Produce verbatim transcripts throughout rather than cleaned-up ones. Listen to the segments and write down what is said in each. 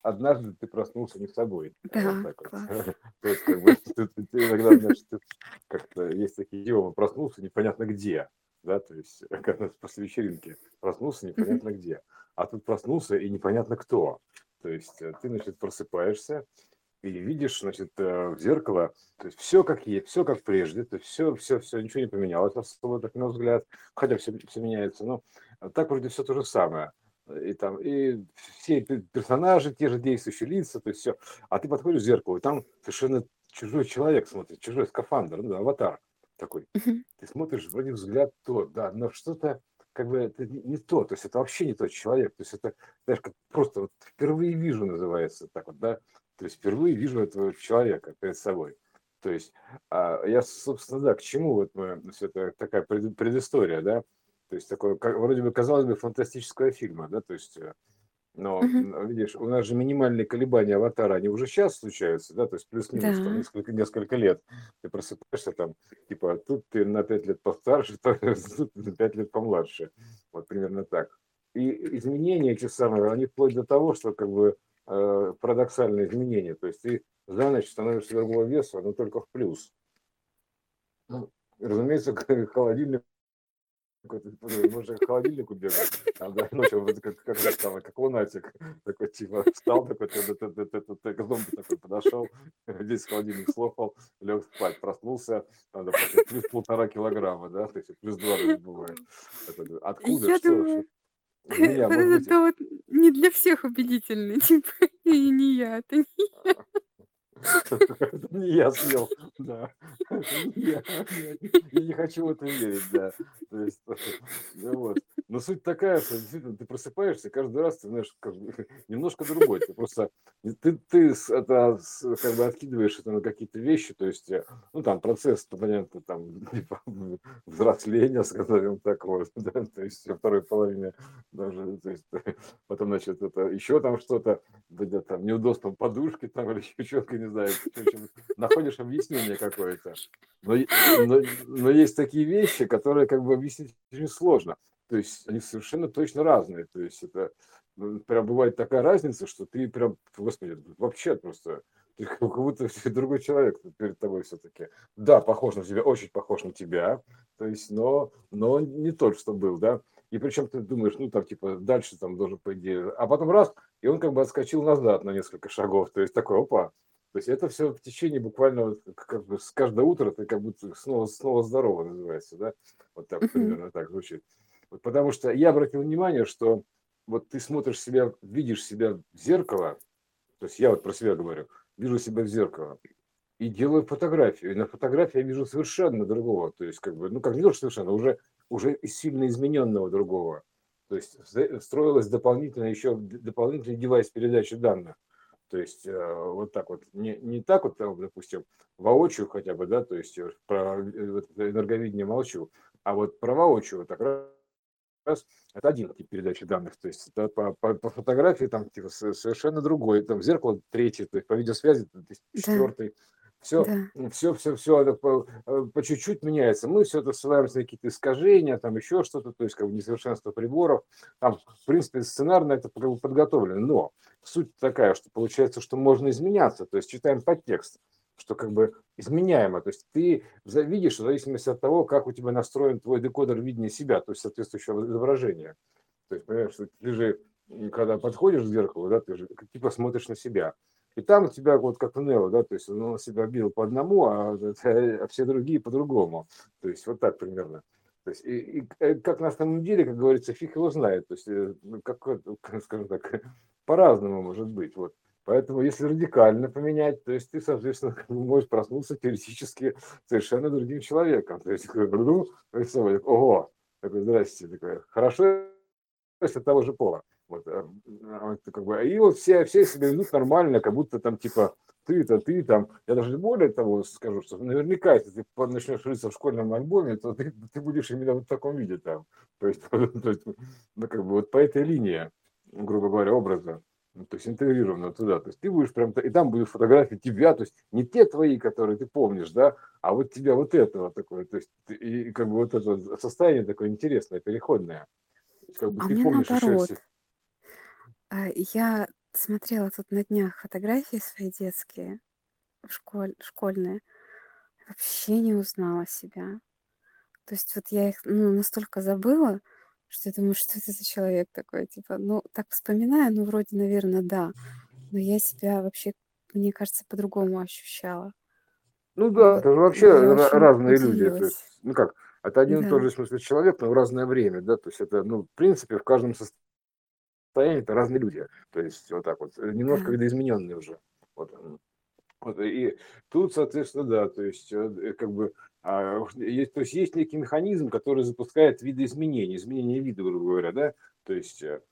однажды ты проснулся не собой. Вот Да, так вот. класс. То есть, как бы, ты, ты- ты иногда, знаешь, ты как-то есть такие идиомы, проснулся непонятно где, да, то есть, когда после вечеринки проснулся Мгм. непонятно где, а тут проснулся и непонятно кто. То есть, э, ты, значит, просыпаешься и видишь, значит, э, в зеркало, то есть все как есть, все как прежде, то есть все, все, все, ничего не поменялось особо, так на взгляд, хотя все, все меняется, но так вроде все то же самое. И там, и все пе- персонажи, те же действующие лица, то есть все. А ты подходишь к зеркалу, и там совершенно чужой человек смотрит, чужой скафандр, ну, да, аватар такой. Мгм. Ты смотришь, вроде взгляд тот, да, но что-то как бы это не не то, то есть это вообще не тот человек, то есть это, знаешь, как просто вот впервые вижу называется, так вот, да, то есть впервые вижу этого человека перед собой. То есть а, я, собственно, да, к чему вот мы, все это такая пред- предыстория, да, то есть такое, как- вроде бы, казалось бы, фантастического фильма, да, то есть, э, но, Мгм. м, видишь, у нас же минимальные колебания аватара, они уже сейчас случаются, да, то есть Да. плюс-минус там несколько, несколько лет. Ты просыпаешься там, типа, тут ты на пять лет постарше, тут ты на пять лет помладше. Вот примерно так. И изменения эти самые, они вплоть до того, что как бы э, парадоксальные изменения. То есть ты за ночь становишься другого веса, но только в плюс. Ну, разумеется, холодильник какой-то, подумай, можно к холодильнику бегать, а, да, ночью вот как, как это самое, как лунатик, такой типа встал, такой, ты, ты, ты, ты, ты, ты, к зомби такой подошел, весь холодильник слопал, лег спать, проснулся, там, допустим, плюс полтора килограмма, да, то есть плюс два даже бывает. Это, откуда, Я что, что? думаю, У меня, вот может этот быть, довод не для всех убедительный, типа, и не я, это не это не я съел, да. Это не я. Нет, я не хочу в это верить, да. То есть, ну вот. Но суть такая, что действительно ты просыпаешься, каждый раз ты знаешь, как бы немножко другой. Ты просто ты, ты с- это с- как бы откидываешь это на какие-то вещи, то есть, э, ну там процесс, ну, понятно, там типа, взросления, скажем так, вот, да, то есть во второй половине даже, то есть потом, значит, это еще там что-то, где-то там неудобством подушки там или еще что-то, не знаю, чё- чё- находишь объяснение какое-то. Но, и- но, но есть такие вещи, которые как бы объяснить очень сложно. То есть они совершенно точно разные. То есть это ну, прям бывает такая разница, что ты прям, господи, вообще просто ты как будто другой человек перед тобой все-таки. Да, похож на тебя, очень похож на тебя, то есть, но, но не тот, что был, да. И причем ты думаешь, ну там типа дальше там должен по идее, а потом раз, и он как бы отскочил назад на несколько шагов. То есть такой, опа. То есть это все в течение буквально вот как бы с каждое утро ты как будто снова, снова здорово называется, да? Вот так Мгм. примерно так звучит. Вот потому что я обратил внимание, что вот ты смотришь себя, видишь себя в зеркало, то есть я вот про себя говорю, вижу себя в зеркало и делаю фотографию. И на фотографии я вижу совершенно другого. То есть, как бы, ну как не то, что совершенно, уже, уже сильно измененного другого. То есть встро- встроилась дополнительно еще д- дополнительный девайс передачи данных. То есть э, вот так вот, не, не так вот, там, допустим, воочию хотя бы, да, то есть э, про э, вот это энерговидение молчу, а вот про воочию вот так раз это один тип передачи данных, то есть это по, по, по фотографии там типа, со- совершенно другой, там зеркало третье, то есть по видеосвязи то есть, Да, четвертый, все, да. все, все, все по, э, по чуть-чуть меняется. Мы все это ссылаемся на какие-то искажения, там еще что-то, то есть как бы несовершенство приборов. Там, в принципе, сценарно это как бы подготовлено, но суть такая, что получается, что можно изменяться, то есть читаем подтекст, что как бы изменяемо, то есть ты за- видишь в зависимости от того, как у тебя настроен твой декодер видения себя, то есть соответствующего изображения. То есть, понимаешь, что ты же, когда подходишь к зеркалу, да, ты же как типа смотришь на себя. И там у тебя вот как в Нео, да, то есть он себя видел по одному, а, а все другие по-другому. То есть вот так примерно. То есть, и, и э, как на самом деле, как говорится, фиг его знает. То есть, э, ну, как, вот, скажем так, по-разному может быть. Вот. Поэтому, если радикально поменять, то есть ты, соответственно, можешь проснуться теоретически совершенно другим человеком. То есть, такой, ну, ого, такой, здрасте, такой, хорошо, если того же пола. Вот, э, а, это как бы, и вот все, все себя ведут нормально, как будто там типа ты-то, ты там. Я даже более того скажу, что наверняка, если ты по- начнешь рыться в школьном альбоме, то ты, ты будешь именно вот в таком виде там. То есть, то есть, ну, как бы вот по этой линии, грубо говоря, образа. Ну, то есть интегрировано туда. То есть ты будешь прям, и там будут фотографии тебя, то есть не те твои, которые ты помнишь, да, а вот тебя вот этого такое. То есть ты- и, и как бы вот это вот состояние такое интересное, переходное. Как бы А ты мне помнишь еще наоборот. все. А, я Смотрела тут на днях фотографии свои детские, в школь школьные. Вообще не узнала себя. То есть вот я их, ну, настолько забыла, что я думаю, что это за человек такой. Типа, ну, так вспоминаю, ну, вроде, наверно, да. Но я себя вообще, мне кажется, по-другому ощущала. Ну Ну, да, вот это же вообще я ра очень разные люди. То есть, удивилась. ну как, это один и тот Да. же, в смысле, человек, но в разное время, да. То есть это, ну, в принципе, в каждом состоянии это разные люди. То есть вот так вот, э, немножко Да. видоизмененные уже. Вот, м. Вот и тут, соответственно, да, то есть, э, как бы, а, уж есть, то есть есть некий механизм, который запускает видоизменения, изменение вида, грубо говоря, да. То есть, э,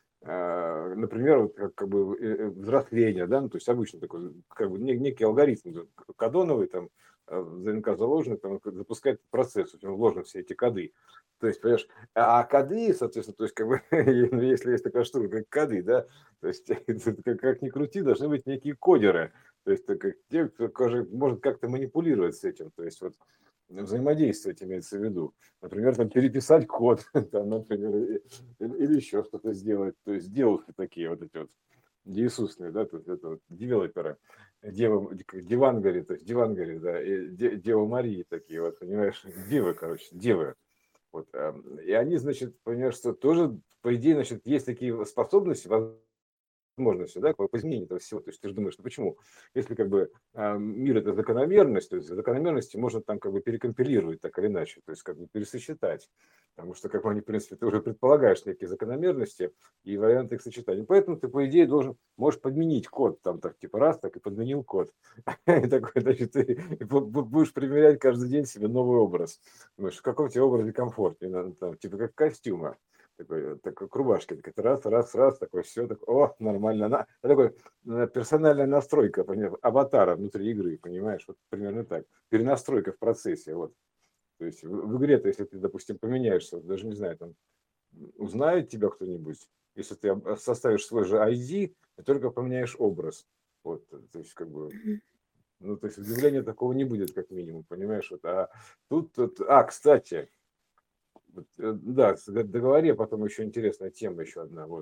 а, например, вот как как бы, э, э, взросление, да, ну, то есть обычно такой, как бы не некий алгоритм з к кадоновый там, э, в ДНК заложенный, там как запускает процесс, у него вложены все эти коды. То есть, понимаешь, а коды, соответственно, то есть как бы, ну, если есть такая штука, как коды, да, то есть как как ни крути, должны быть некие кодеры. То есть это как те, кто каже может как-то манипулировать с этим, то есть вот взаимодействовать, имеется в виду. Например, там переписать код, там, например, и или еще что-то сделать. То есть девушки такие вот эти вот деесусные, да, то есть это вот девелоперы, дева к девангари, то есть девангари, да, и де Дева Марии такие вот, понимаешь, девы, короче, девы. Вот, ам, и они, значит, понимаешь, что тоже, по идее, значит, есть такие в способности, возможности, да, по по изменению этого всего. То есть ты же думаешь, ну почему? Если как бы, а, мир- это закономерность, то есть закономерности можно там как бы перекомпилировать так или иначе, то есть как бы пересочетать. Потому что, как бы они, в принципе, ты уже предполагаешь некие закономерности и варианты их сочетания. Поэтому ты, по идее, должен можешь подменить код, там так типа раз, так и подменил код. И такой, значит, ты бу бу будешь примерять каждый день себе новый образ. Думаешь, в каком тебе образе комфортнее, надо там, типа как костюма. Такой, так как рубашки, так это раз раз раз, такой все, так, о, нормально. На такой, э, персональная настройка, понятно, аватара внутри игры, понимаешь, вот примерно так. Перенастройка в процессе, вот. То есть в в игре-то, если ты, допустим, поменяешься, вот даже не знаю, там, м, узнает тебя кто-нибудь, если ты об составишь свой же ай ди и только поменяешь образ. Вот, э, то есть как бы, Мгм. ну, то есть удивления такого не будет, как минимум, понимаешь, вот. А тут тут а, кстати, вот, э, да, с д договори, а потом еще интересная тема еще одна, вот.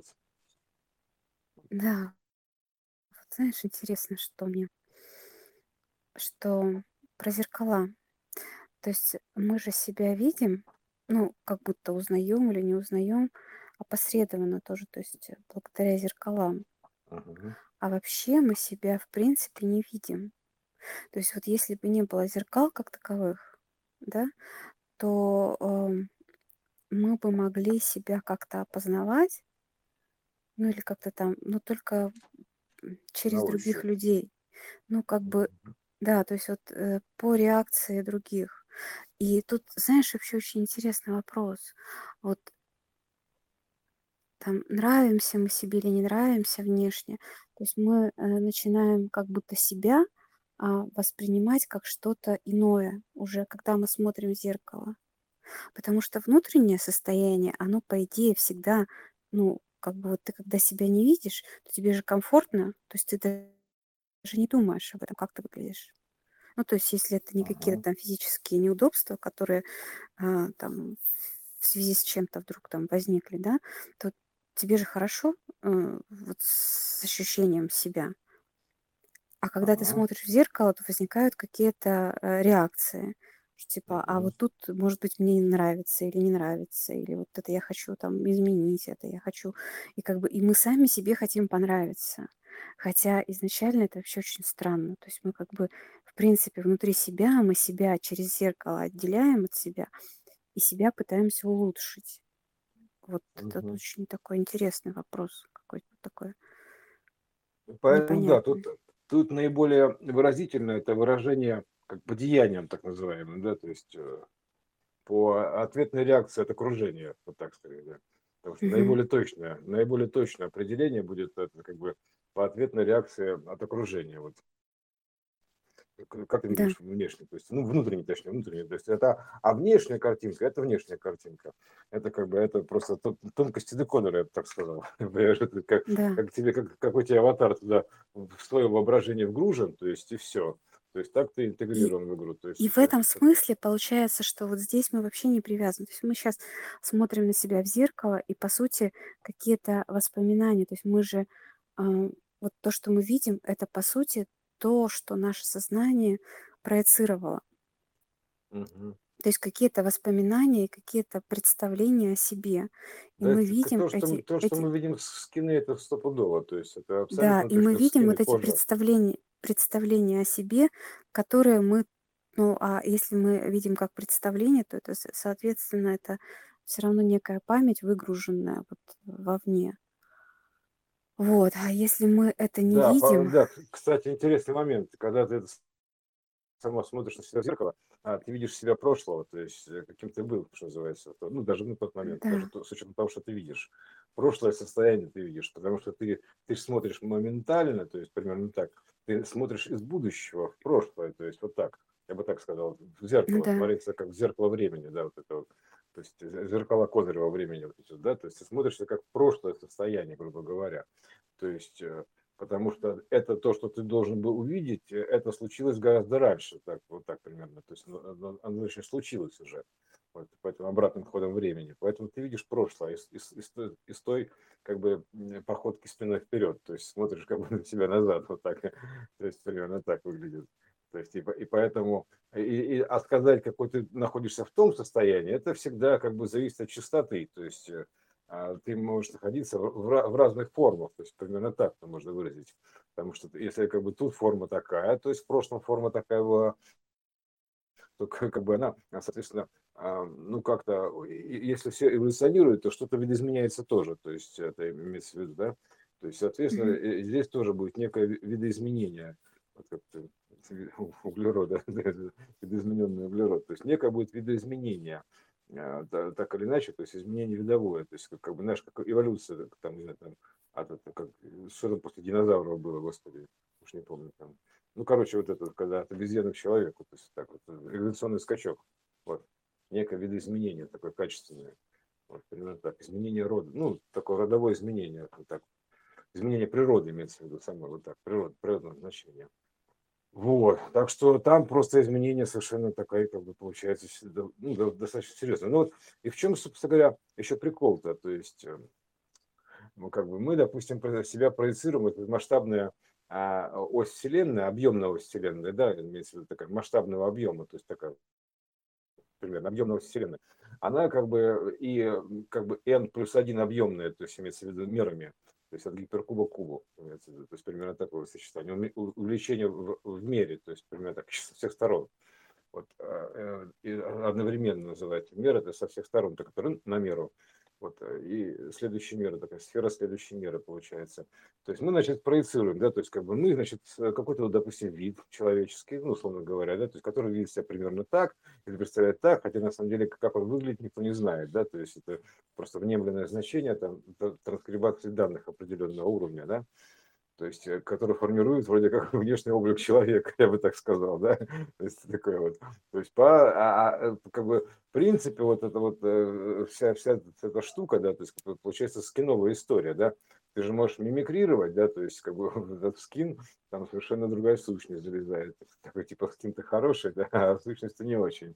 Да. Вот знаешь, интересно, что мне что про зеркала. То есть мы же себя видим, ну, как будто узнаем или не узнаем опосредованно тоже, то есть, э, благодаря зеркалам. Мгм. А вообще мы себя, в принципе, не видим. То есть вот если бы не было зеркал как таковых, да, то, ам, мы бы могли себя как-то опознавать ну, или как-то там, но только, м, На через других ощупь. людей. Ну, как бы, Мгм. да, то есть вот, э, по реакции других. И тут, знаешь, вообще очень интересный вопрос. Вот там нравимся мы себе или не нравимся внешне, то есть мы, э, начинаем как будто себя, а, воспринимать как что-то иное уже, когда мы смотрим в зеркало. Потому что внутреннее состояние, оно, по идее, всегда, ну, как бы вот ты когда себя не видишь, то тебе же комфортно, то есть ты даже не думаешь об этом, как ты выглядишь. Ну, то есть если это не какие-то Ага. там физические неудобства, которые, а, там в связи с чем-то вдруг там возникли, да, то тебе же хорошо, э, вот с ощущением себя. А когда ты Ага. смотришь в зеркало, то возникают какие-то, э, реакции, что типа: "А Мгм. вот тут, может быть, мне не нравится или не нравится, или вот это я хочу там изменить, это я хочу". И как бы и мы сами себе хотим понравиться. Хотя изначально это вообще очень странно. То есть мы как бы, в принципе, внутри себя, мы себя через зеркало отделяем от себя и себя пытаемся улучшить. Вот это Мгм. очень такой интересный вопрос, какой-то такой Поэтому да, тут непонятный. тут наиболее выразительно это выражение как по деяниям так называемым, да, то есть, э, по ответной реакции от окружения, вот так сказать, да. Потому что Мгм. наиболее точное наиболее точное определение будет это как бы по ответной реакции от окружения. Вот. К как ты Да. видишь внешне, то есть, ну, внутренне, точнее, внутренне. То есть это, а внешняя картинка- это внешняя картинка. Это как бы, это просто тон тонкости декодера, я бы так сказал. Понимаешь, это как Да. как тебе, как какой тебе аватар туда в свое воображение вгружен, то есть и все. То есть так ты И интегрирован в игру. То есть и в это этом это смысле получается, что вот здесь мы вообще не привязаны. То есть мы сейчас смотрим на себя в зеркало, и, по сути, какие-то воспоминания. То есть мы же, а Вот то, что мы видим, это по сути то, что наше сознание проецировало. Мгм. То есть какие-то воспоминания и какие-то представления о себе. И Да, мы это к- видим то, что мы, эти, то, что эти, мы видим с кино, это стопудово. То есть это да, абсолютно и мы точно в видим скины вот эти кожа. представления, представления о себе, которые мы, ну, а если мы видим как представление, то это, с- соответственно, это все равно некая память, выгруженная вот вовне. Вот, а если мы это не Да, по- видим, да, кстати, интересный момент. Когда ты это сама смотришь на себя в зеркало, а ты видишь себя прошлого, то есть э, каким ты был, что называется. То- Ну, даже на тот момент, даже да, то- с учетом того, что ты видишь. Прошлое состояние ты видишь, потому что ты, ты ж смотришь моментально, то есть примерно так. Ты смотришь из будущего в прошлое, то есть вот так. Я бы так сказал, в зеркало, да, смотреться как в зеркало времени, да, вот это вот. То есть э, зеркала Козырева времени, вот эти, да, то есть ты смотришься как в прошлое состояние, грубо говоря. То есть э, потому что это то, что ты должен был увидеть, э, это случилось гораздо раньше, так, вот так примерно. То есть оно, оно- оно еще случилось уже, вот, поэтому обратным ходом времени. Поэтому ты видишь прошлое из, из- из той из той, как бы м, походки спиной вперед, то есть смотришь как бы на себя назад, вот так, то есть примерно так выглядит. То есть и, по- и поэтому и, и, а сказать, какой ты находишься в том состоянии, это всегда как бы зависит от частоты. То есть э, а, ты можешь находиться в, в ра- в разных формах, то есть примерно так это можно выразить. Потому что ты- если как бы тут форма такая, то есть в прошлом форма такая была, то как, как бы она, а, соответственно, а, ну как-то, и- и если все эволюционирует, то что-то видоизменяется тоже, то есть это имеется в виду, да? То есть, соответственно, мгм, э, здесь тоже будет некое ви- видоизменение вот как-то углерода, видоизмененный углерод, то есть некое будет видоизменение, а, та- так или иначе, то есть изменение видовое, то есть как, как бы, знаешь, как эволюция, там, не знаю, там, а, то- то как, что там после динозавров было, господи, уж не помню, там, ну, короче, вот это, вот, когда от обезьяны к человеку, то есть так вот, э, эволюционный скачок, вот, некое видоизменение такое качественное, вот, примерно так, изменение рода, ну, такое родовое изменение, вот так, изменение природы имеется в виду, самое вот так, природ, природное значение. Вот, так что там просто изменение совершенно такая, как бы, получается, с- да, ну, да, достаточно серьезно. Ну, вот, и в чем, собственно говоря, еще прикол-то, то есть, э, ну, как бы мы, допустим, про себя проецируем, вот эта масштабная а, ось Вселенной, объемная ось Вселенной, да, имеется в виду такая масштабного объема, то есть такая примерно объемная ось Вселенной, она как бы и м, как бы n плюс один объемная, то есть имеется в виду мерами, то есть от гиперкуба к кубу, имеется в виду, то есть примерно такое сочетание, Уме- у- увеличение в, в мере, то есть примерно так со всех сторон. Вот, а, э, и одновременно называется мера, это со всех сторон, так, который на меру. Вот, э, и следующая мера, такая сфера следующей меры получается. То есть мы, значит, проецируем, да, то есть как бы мы, значит, с- какой-то, вот, допустим, вид человеческий, ну, условно говоря, да, то есть который видит себя примерно так, или представляет так, хотя на самом деле, как он выглядит, никто не знает, да, то есть это просто внемленное значение, там, тр- транскрибации данных определенного уровня, да, то есть, э, который формирует вроде как внешний облик человека, я бы так сказал, да, то есть такое вот, то есть по, а, а, э, как бы в принципе вот эта вот э, вся, вся эта штука, да, то есть как бы получается скиновая история, да, ты же можешь мимикрировать, да, то есть как бы в этот скин, там совершенно другая сущность залезает, такой типа скин-то хороший, да, а сущность-то не очень.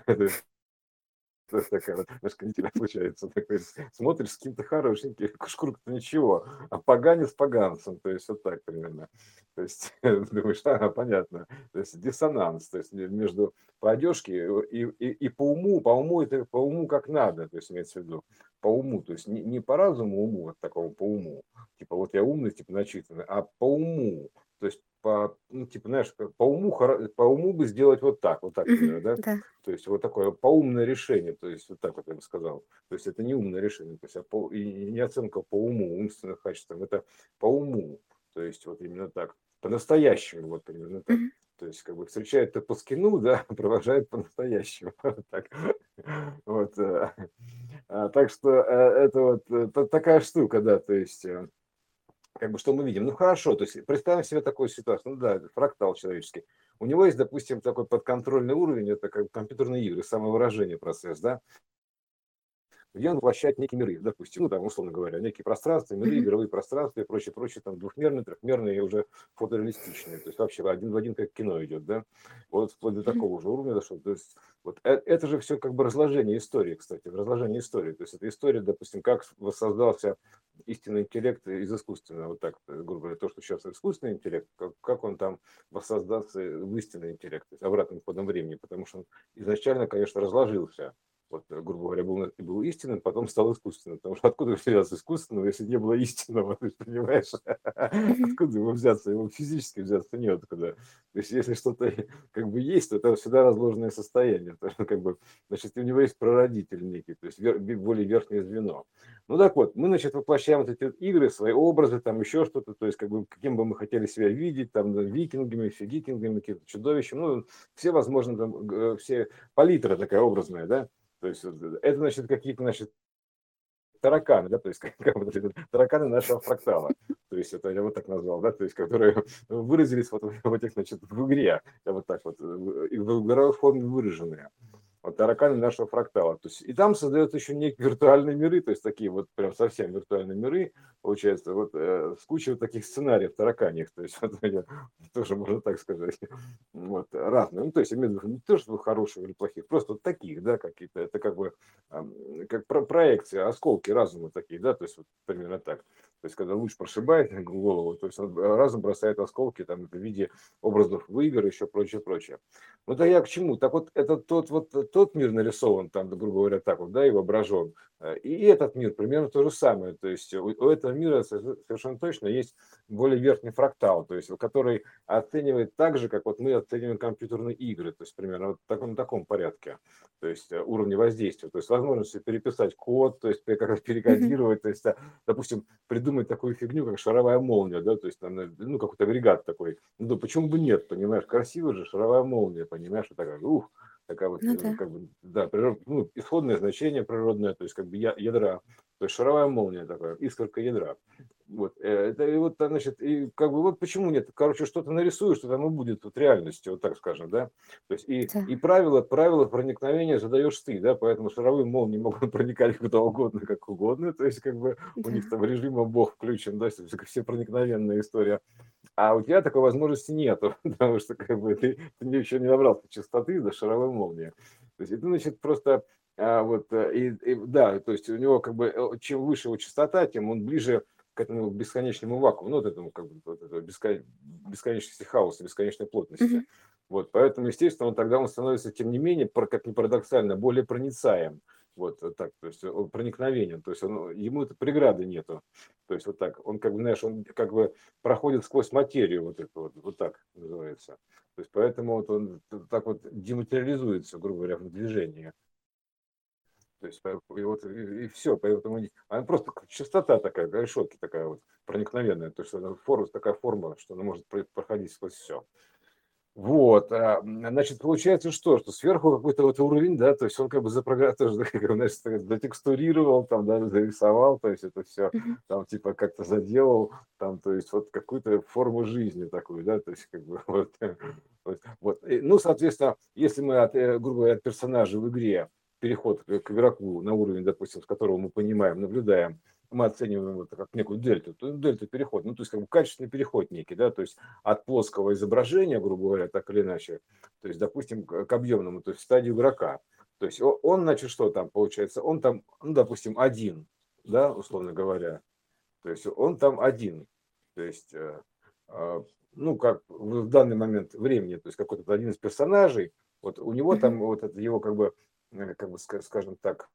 То есть такая вот, знаешь, канитель получается. Такой, смотришь, с кем-то хорошенький, шкурка-то ничего, а поганец поганцем, то есть вот так примерно. То есть думаешь, ага, понятно. То есть диссонанс, то есть между по одежке и, и, и по уму, по уму это по уму как надо, то есть имеется в виду по уму, то есть не, не по разуму уму, вот такому по уму, типа вот я умный, типа начитанный, а по уму, то есть по, ну, типа, знаешь, по уму, хоро- по уму бы сделать вот так, вот так, мгм, примерно, да? да, То есть вот такое поумное решение, то есть вот так вот я бы сказал. То есть это не умное решение, то есть а по, и и не оценка по уму, умственных качествам, это по уму. То есть вот именно так, по-настоящему, вот примерно так. мгм, То есть как бы встречает-то по скину, да, провожает по-настоящему. Вот так. Вот. э, а, Так что э, это вот э, та- такая штука, да, то есть э, как бы что мы видим? Ну хорошо, то есть представим себе такую ситуацию, ну да, фрактал человеческий. У него есть, допустим, такой подконтрольный уровень, это как компьютерные игры, самовыражение процесс, да, где он воплощает некие миры, допустим, ну, там, условно говоря, некие пространства, миры, Мгм. игровые пространства и прочее, прочее, там, двухмерные, трехмерные и уже фотореалистичные. То есть вообще один в один как кино идет, да? Вот вплоть до Мгм. такого уже уровня дошло. То есть вот э- это же все как бы разложение истории, кстати, разложение истории. То есть это история, допустим, как воссоздался истинный интеллект из искусственного, вот так, э, грубо говоря, то, что сейчас искусственный интеллект, как, как он там воссоздаться в истинный интеллект, то есть обратным ходом времени, потому что он изначально, конечно, разложился. Вот, э, грубо говоря, был, был истинным, потом стал искусственным. Потому что откуда взяться искусственного, если не было истинного, ты понимаешь? Мгм. Откуда его взяться? Его физически взяться неоткуда. То есть, если что-то как бы есть, то это всегда разложенное состояние. То есть, как бы, значит, у него есть прародитель некий, то есть вер, более верхнее звено. Ну так вот, мы, значит, воплощаем вот эти игры, свои образы, там еще что-то, то есть, как бы, каким бы мы хотели себя видеть, там, да, викингами, викингами, каким-то чудовищем, ну, все возможно, там, э, все палитра такая образная, да, то есть вот это, значит, какие-то, значит, тараканы, да, то есть как, как бы, тараканы нашего фрактала. То есть это я вот так назвал, да, то есть которые выразились вот в этих, значит, в игре, я вот так вот, в и в игровой форме выраженные. Вот тараканы нашего фрактала. То есть, и там создается еще некие виртуальные миры, то есть такие вот прям совсем виртуальные миры, получается, вот э, с кучей вот таких сценариев тараканьих, то есть вот, я, тоже можно так сказать, вот, разные. Ну, то есть, имею в виду, не то, что хороших или плохих, просто вот таких, да, какие-то, это как бы ам, как про проекция, осколки разума такие, да, то есть вот примерно так. То есть, когда луч прошибает голову, то есть он, э, разум бросает осколки там в виде образов в игр, еще прочее, прочее. Ну да я к чему? Так вот, это тот вот э, тот мир нарисован, там, да, грубо говоря, так вот, да, и воображен. Э, И этот мир примерно то же самое. То есть у, у этого мира со- совершенно точно есть более верхний фрактал, то есть который оценивает так же, как вот мы оцениваем компьютерные игры, то есть примерно вот в таком, таком порядке, то есть э, уровня воздействия, то есть возможность переписать код, то есть пе- как Мгм. перекодировать, то есть, а, допустим, придумать такую фигню, как шаровая молния, да, то есть там, э, ну, какой-то агрегат такой, ну да почему бы нет, понимаешь, красиво же, шаровая молния, понимаешь, вот такая, ух, такая вот, Ну э, да. как бы, да, природ- ну, исходное значение природное, то есть как бы я- ядра, то есть шаровая молния такая, искорка ядра. Вот, э, это и вот, а, значит, и как бы вот почему нет, короче, что-то нарисуешь, что там и будет вот реальностью, вот так скажем, да, то есть и, Да. и правила, правила проникновения задаешь ты, да, поэтому шаровые молнии могут проникать куда угодно, как угодно, то есть как бы у них Да. там режим бог включен, да, все все проникновенная история. А у тебя такой возможности нету, потому что как бы ты, ты еще не набрался частоты до шаровой молнии. То есть это значит просто а, вот э, и, и да, то есть у него как бы э, чем выше его частота, тем он ближе к этому бесконечному вакууму, ну вот этому как бы вот этого бескон- бесконечности хаоса, бесконечной плотности. Мгм. Вот, поэтому, естественно, он тогда он становится, тем не менее, пр- как ни парадоксально, более проницаем. Вот, вот так, то есть он проникновенен, то есть он, ему это преграды нету. То есть вот так, он как бы, знаешь, он как бы проходит сквозь материю, вот это вот, вот так называется. То есть поэтому вот он так вот дематериализуется, грубо говоря, в движении. То есть по- и вот и, все, поэтому не- она просто как частота такая, как решетки такая вот проникновенная, то есть она форма, такая форма, что она может про- проходить сквозь все. Вот, а, м, значит, получается что, что сверху какой-то вот уровень, да, то есть он как бы запрограммировал, тоже, как бы, знаешь, так затекстурировал, там, да, зарисовал, то есть это все, Мгм. там, типа, как-то заделал, там, то есть вот какую-то форму жизни такую, да, то есть как бы вот, э, вот, вот. И, ну, соответственно, если мы, от, э, грубо говоря, от персонажа в игре переход к, к игроку на уровень, допустим, с которого мы понимаем, наблюдаем, мы оцениваем это как некую дельту, то дельта переход, ну, то есть как бы качественный переход некий, да, то есть от плоского изображения, грубо говоря, так или иначе, то есть, допустим, к, к объемному, то есть в стадию игрока. То есть о- он, значит, что там получается? Он там, ну, допустим, один, да, условно говоря. То есть он там один. То есть, э, э, ну, как в в данный момент времени, то есть какой-то один из персонажей, вот у него Мгм. там вот это его как бы, э, как бы, ска- скажем так,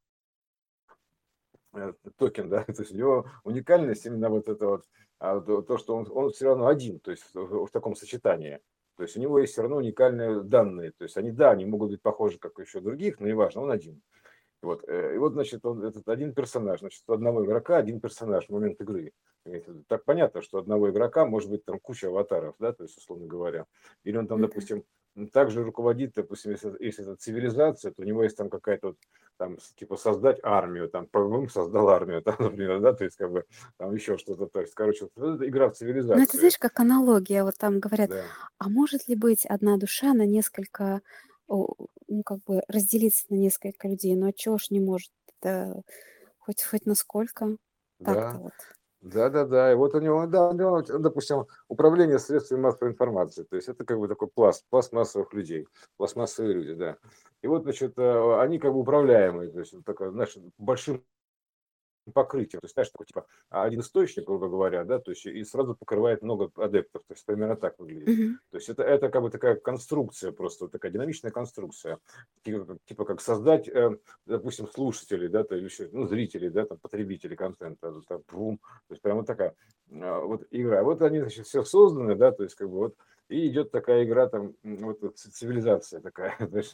э, токен, да, то есть у него уникальность именно вот это вот, а, то, то, что он, он все равно один, то есть в, в таком сочетании. То есть у него есть все равно уникальные данные. То есть они, да, они могут быть похожи, как еще других, но неважно, он один. Вот, э, и вот, значит, он, этот один персонаж, значит, у одного игрока один персонаж в момент игры. Имеется в виду. Так понятно, что у одного игрока может быть там куча аватаров, да, то есть, условно говоря. Или он там, Ну да. допустим, м, также руководит, допустим, если, если это цивилизация, то у него есть там какая-то вот, там, с- типа, создать армию, там, ПВМ создал армию, там, например, да, то есть, как бы, там еще что-то, то есть, короче, вот это игра в Ну, это, цивилизацию, знаешь, как аналогия. Вот там говорят: да. а может ли быть одна душа на несколько, о, ну, как бы разделиться на несколько людей? Ну, а чего ж не может? Да, хоть хоть насколько. Так-то Да, вот. да-да-да. И вот у него, да, у него, вот, допустим, управление средствами массовой информации. То есть это как бы такой пласт, пласт массовых людей, пластмассовые люди, да. И вот, значит, э, они как бы управляемые, то есть вот такое, знаешь, большим покрытием. То есть, знаешь, такой типа а, один источник, грубо говоря, да, то есть и сразу покрывает много адептов. То есть примерно так выглядит. Мгм. То есть это, это как бы такая конструкция, просто вот такая динамичная конструкция. Типа, как типа как создать, э, допустим, слушателей, да, то, или еще, ну, зрителей, да, там, потребителей контента, вот так, бум. То есть прямо такая а, вот игра. Вот они, значит, все созданы, да, то есть как бы вот и идет такая игра, там, м, вот, вот ц- цивилизация такая, знаешь,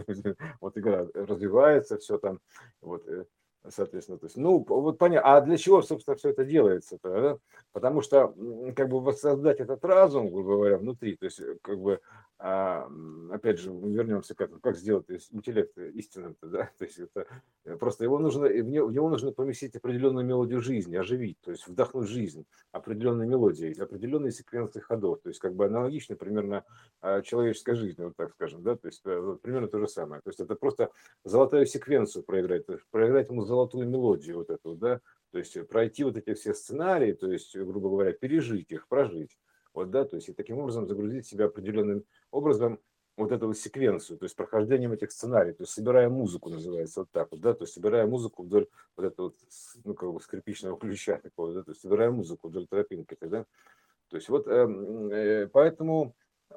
вот игра развивается, все там, вот, э, соответственно, то есть, ну, п- вот понятно. А для чего, собственно, все это делается-то, да? Потому что, м, как бы, воссоздать этот разум, грубо говоря, внутри, то есть, э, как бы, а, м, опять же, мы вернемся к этому, как сделать из- интеллект истинным-то, да? То есть, это э, просто его нужно, и в него, в него нужно поместить определенную мелодию жизни, оживить, то есть, вдохнуть жизнь определенной мелодией, определенной секвенцией ходов, то есть, как бы, аналогично примерно а, человеческой жизни, вот так скажем, да, то есть, э, вот примерно то же самое. То есть, это просто золотую секвенцию проиграть, то есть проиграть ему золотую мелодию вот эту, да, то есть э, пройти вот эти все сценарии, то есть, э, грубо говоря, пережить их, прожить, вот, да, то есть и таким образом загрузить себя определенным образом вот эту вот секвенцию, то есть прохождением этих сценариев, то есть собирая музыку, называется вот так вот, да, то есть собирая музыку вдоль вот этого вот, с- ну, как бы скрипичного ключа такого, да, то есть собирая музыку вдоль тропинки, да, то есть вот эм, э, поэтому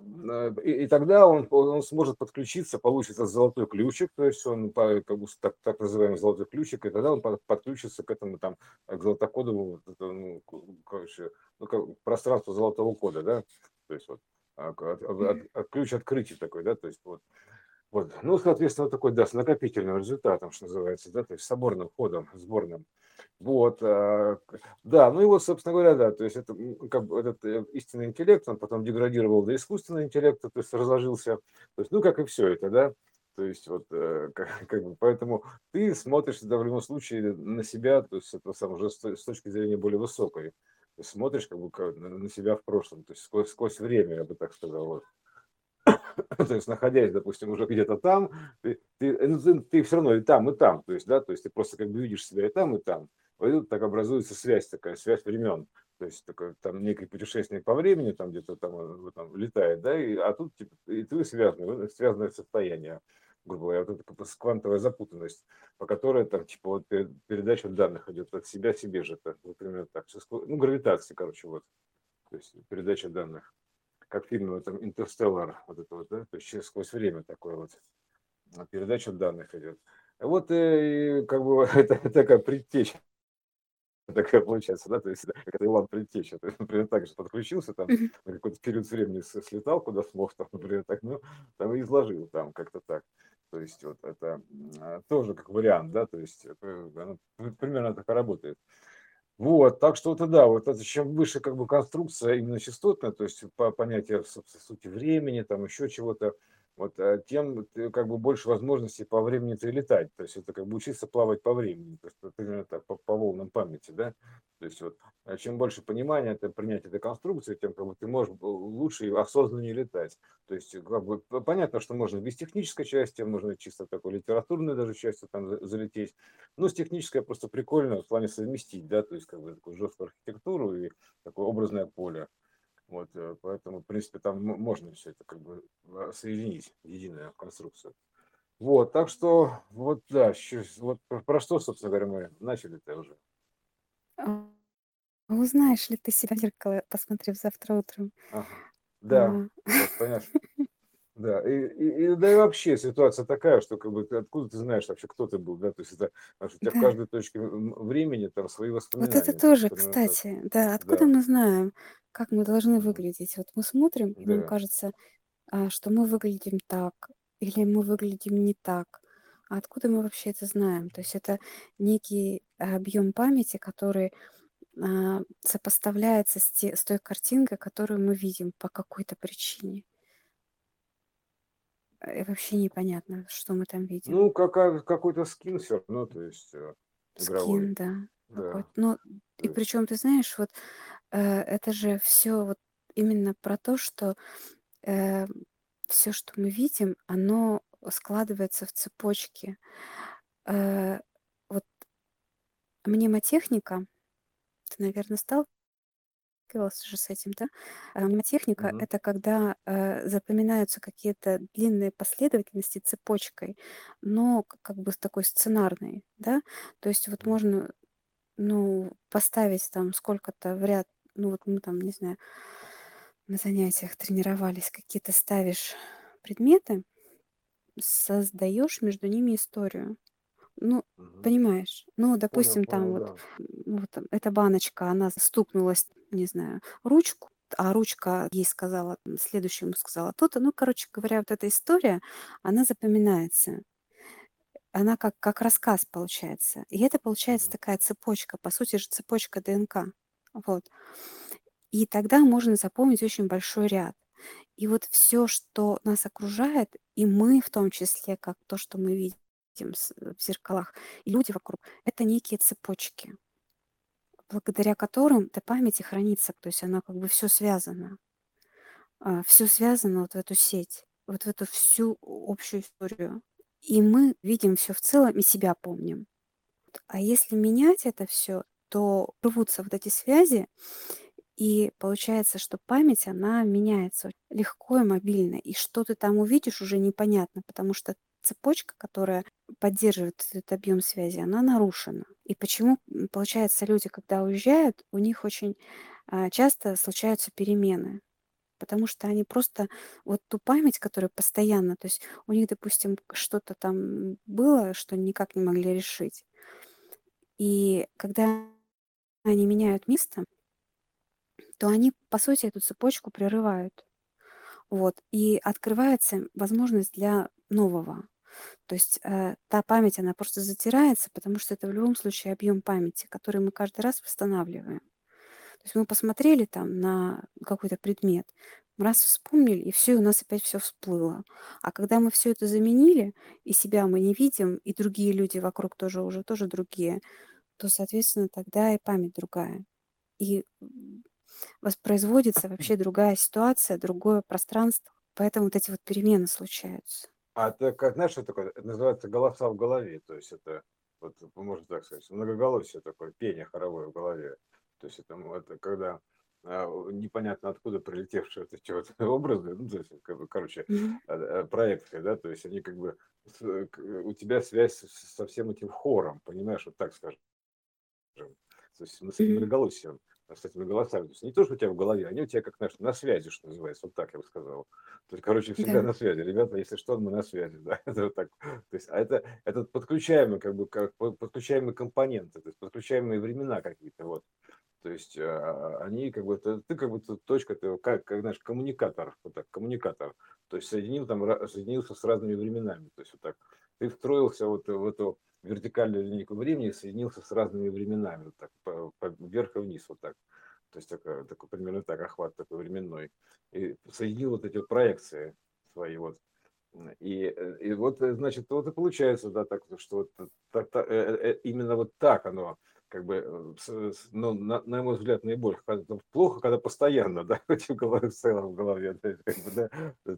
э, и, и тогда он, он сможет подключиться, получится золотой ключик, то есть он по- как бы с- так, так называемый золотой ключик, и тогда он под- подключится к этому там к золотокодовому вот это, ну, к- короче, ну, как пространству золотого кода, да, то есть вот а, к- от- от- Мгм. от- ключ открытия такой, да, то есть вот, вот, ну, соответственно, вот такой, да, с накопительным результатом, что называется, да, то есть соборным ходом, сборным. Вот, а, к- да, ну и вот, собственно говоря, да, то есть это м, как бы этот э, истинный интеллект, он потом деградировал до искусственного интеллекта, то есть разложился, то есть, ну, как и все это, да, то есть вот, э, как, как бы, поэтому ты смотришь, да, в любом случае на себя, то есть это сам уже с той- с точки зрения более высокой, то есть смотришь как бы как на на себя в прошлом, то есть сквозь, сквозь время, я бы так сказал, вот. То есть находясь, допустим, уже где-то там, ты, ты, э, ну, ты, ты все равно и там, и там, то есть, да, то есть ты просто как бы видишь себя и там, и там. Вот тут так образуется связь такая, связь времен. То есть такой там некий путешественник по времени там где-то там, э, вот там летает, да, и, а тут типа, и ты связаны, вот связанное состояние, грубо говоря, вот это как бы с- квантовая запутанность, по которой там типа вот пе- передача данных идет от себя себе же, это, вот примерно так, Всё скло- ну гравитация, короче, вот, то есть передача данных как в фильме там «Интерстеллар», вот это вот, да, то есть через сквозь время такое вот а, передача данных идет. Вот э, и как бы это такая предтеча такая получается, да, то есть да, как это Иван Предтеча, то есть, например, так же подключился там Мгм. на какой-то период времени с- слетал куда смог, там, например, так, ну, там и изложил там как-то так. То есть вот это м, а, тоже как вариант, да, то есть это, оно при- примерно так и работает. Вот, так что это да, вот это чем выше как бы конструкция именно частотная, то есть по понятию с с сути времени, там еще чего-то, вот, э, тем ты как бы больше возможностей по времени-то и летать. То есть это как бы учиться плавать по времени, то есть вот примерно так, по, по волнам памяти, да. То есть вот а чем больше понимания, это принятия этой конструкции, тем как бы ты можешь б- лучше и осознаннее летать. То есть э, как бы п- понятно, что можно без технической части, можно чисто такой литературной даже частью там за- залететь. Ну, с технической просто прикольно в плане совместить, да, то есть как бы такую жесткую архитектуру и такое образное поле. Вот, э, поэтому, в принципе, там м- можно все это как бы а, соединить в единую конструкцию. Вот, так что, вот, да, щас- вот про, про что, собственно говоря, мы начали-то уже. А узнаешь ли ты себя в зеркало, посмотрев завтра утром? Ага. А, Да, вот, понимаешь, да, и, и, и- да и вообще ситуация такая, что как бы ты, откуда ты знаешь вообще, кто ты был, да, то есть это, потому что у тебя в да, каждой точке м, времени там свои вот это воспоминания, то есть тоже, примерно так, кстати, да, откуда да, мы знаем, как мы должны мгм, выглядеть? Вот мы смотрим, и нам да. кажется, а, что мы выглядим так, или мы выглядим не так. А откуда мы вообще это знаем? То есть это некий объем памяти, который а, сопоставляется с, те- с той картинкой, которую мы видим по какой-то причине. Э, вообще непонятно, что мы там видим. Ну, какая, какой-то скин все равно, то есть э, игровой, Скин, да, да, какой-то. Ну, то и есть, причем, ты знаешь, вот э, это же все вот именно про то, что все, что мы видим, оно складывается в цепочки. Э, вот Мнемотехника, ты, наверно, сталкивался же с этим, да? А, мнемотехника- Мгм. это когда, э, запоминаются какие-то длинные последовательности цепочкой, но к как бы с такой сценарной, да. То есть вот Мгм. можно, ну, поставить там сколько-то в ряд, ну, вот мы там, не знаю, на занятиях тренировались, какие-то ставишь предметы, создаёшь между ними историю. Ну, Мгм. понимаешь? Ну, Понял допустим, там понял, вот, да. м, вот там эта баночка, она стукнулась, не знаю, ручку, а ручка ей сказала, м, следующему сказала то-то. Ну, короче говоря, вот эта история, она запоминается. Она как как рассказ получается. И это получается Мгм. такая цепочка, по сути же цепочка ДНК. Вот. И тогда можно запомнить очень большой ряд. И вот всё, что нас окружает, и мы в том числе, как то, что мы видим с в зеркалах, и люди вокруг- это некие цепочки благодаря которым эта память и хранится. То есть она как бы всё связано. А, всё связано вот в эту сеть, вот в эту всю о общую историю. И мы видим всё в целом и себя помним. А если менять это всё, то рвутся вот эти связи, и получается, что память, она меняется легко и мобильно. И что ты там увидишь, уже непонятно, потому что цепочка, которая поддерживает этот объём связи, она нарушена. И почему, м, получается, люди, когда уезжают, у них очень, а, часто случаются перемены. Потому что они просто вот ту память, которая постоянно, то есть у них, допустим, что-то там было, что никак не могли решить. И когда они меняют место то они, по сути, эту цепочку прерывают. Вот. И открывается возможность для нового. То есть, э, та память, она просто затирается, потому что это в любом случае объём памяти, который мы каждый раз восстанавливаем. То есть мы посмотрели там на какой-то предмет, раз вспомнили, и всё, и у нас опять всё всплыло. А когда мы всё это заменили, и себя мы не видим, и другие люди вокруг тоже уже тоже другие, то, соответственно, тогда и память другая. И, м, воспроизводится вообще другая ситуация, другое пространство. Поэтому вот эти вот перемены случаются. А это как, знаешь, что такое? Это называется голоса в голове. То есть это, вот можно так сказать, многоголосие такое, пение хоровое в голове. То есть это, м, это когда, а, непонятно откуда прилетевшие вот эти вот образы, ну, то есть, как бы, короче, Мгм. э, э, проекции, да, то есть они как бы с к у тебя связь с со всем этим хором, понимаешь, вот так скажем. То есть мы с этим Мгм. многоголосием, с этими голосами. То есть не то, что у тебя в голове, они у тебя как, знаешь, на связи, что называется. Вот так я бы сказал. То есть, короче, всегда Да. на связи. Ребята, если что, мы на связи, да. Это вот так. То есть, а это это подключаемый, как бы, как под подключаемые компоненты, то есть подключаемые времена какие-то, вот. То есть, а, они как бы, т ты как бы т точка, ты как как, знаешь, коммуникатор, вот так, коммуникатор. То есть соединил там ра соединился с разными временами. То есть вот так. Ты встроился вот в эту вертикальную линейку времени и соединился с разными временами. Вот так, по по вверх и вниз, вот так. То есть такая такой примерно так, охват такой временной. И соединил вот эти вот проекции свои вот. М, и, э, и вот, значит, вот и получается, да, так, что вот та та э э э, именно вот так оно как бы, э, с с ну, на на мой взгляд, наиболее как бы плохо, когда постоянно, да, эти головы в целом в голове, то есть как бы, да,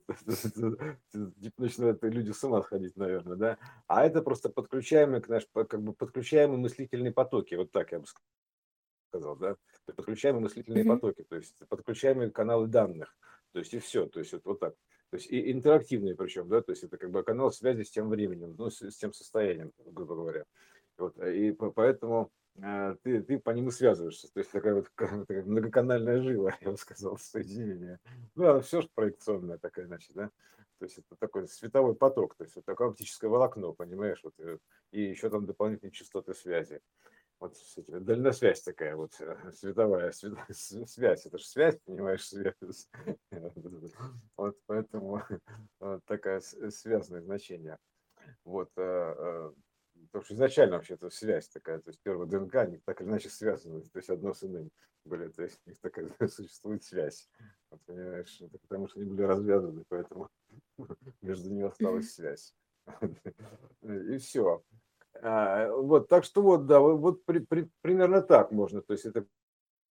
начинают люди с ума сходить, наверно, да. А это просто подключаемые, знаешь, как бы подключаемые мыслительные потоки, вот так я бы сказал, да. Подключаемые мыслительные Мгм. потоки, то есть подключаемые каналы данных. То есть и всё. То есть вот вот так. То есть и интерактивные причем, да, то есть это как бы канал связи с тем временем, ну, с с тем состоянием, грубо говоря. Вот, и по поэтому, э, ты ты по ним и связываешься. То есть такая вот ка такая многоканальная жила, я бы сказал, соединение. Ну, а всё ж проекционная, так или иначе, да. То есть это такой световой поток, то есть вот такое оптическое волокно, понимаешь, вот, э, и еще там дополнительные частоты связи. Вот с эти дальносвязь такая вот, э, световая свя с связь. Это ж связь, понимаешь, связь. Вот поэтому вот такая с связное значение. Вот, э, э, потому что изначально вообще-то связь такая, то есть первая ДНК, они так или иначе связаны, то есть одно с иным были, то есть у них такая существует связь. Вот понимаешь, это потому что они были развязаны, поэтому между ними Мгм. осталась связь. И всё. А, вот, так что вот, да, вот при при примерно так можно, то есть это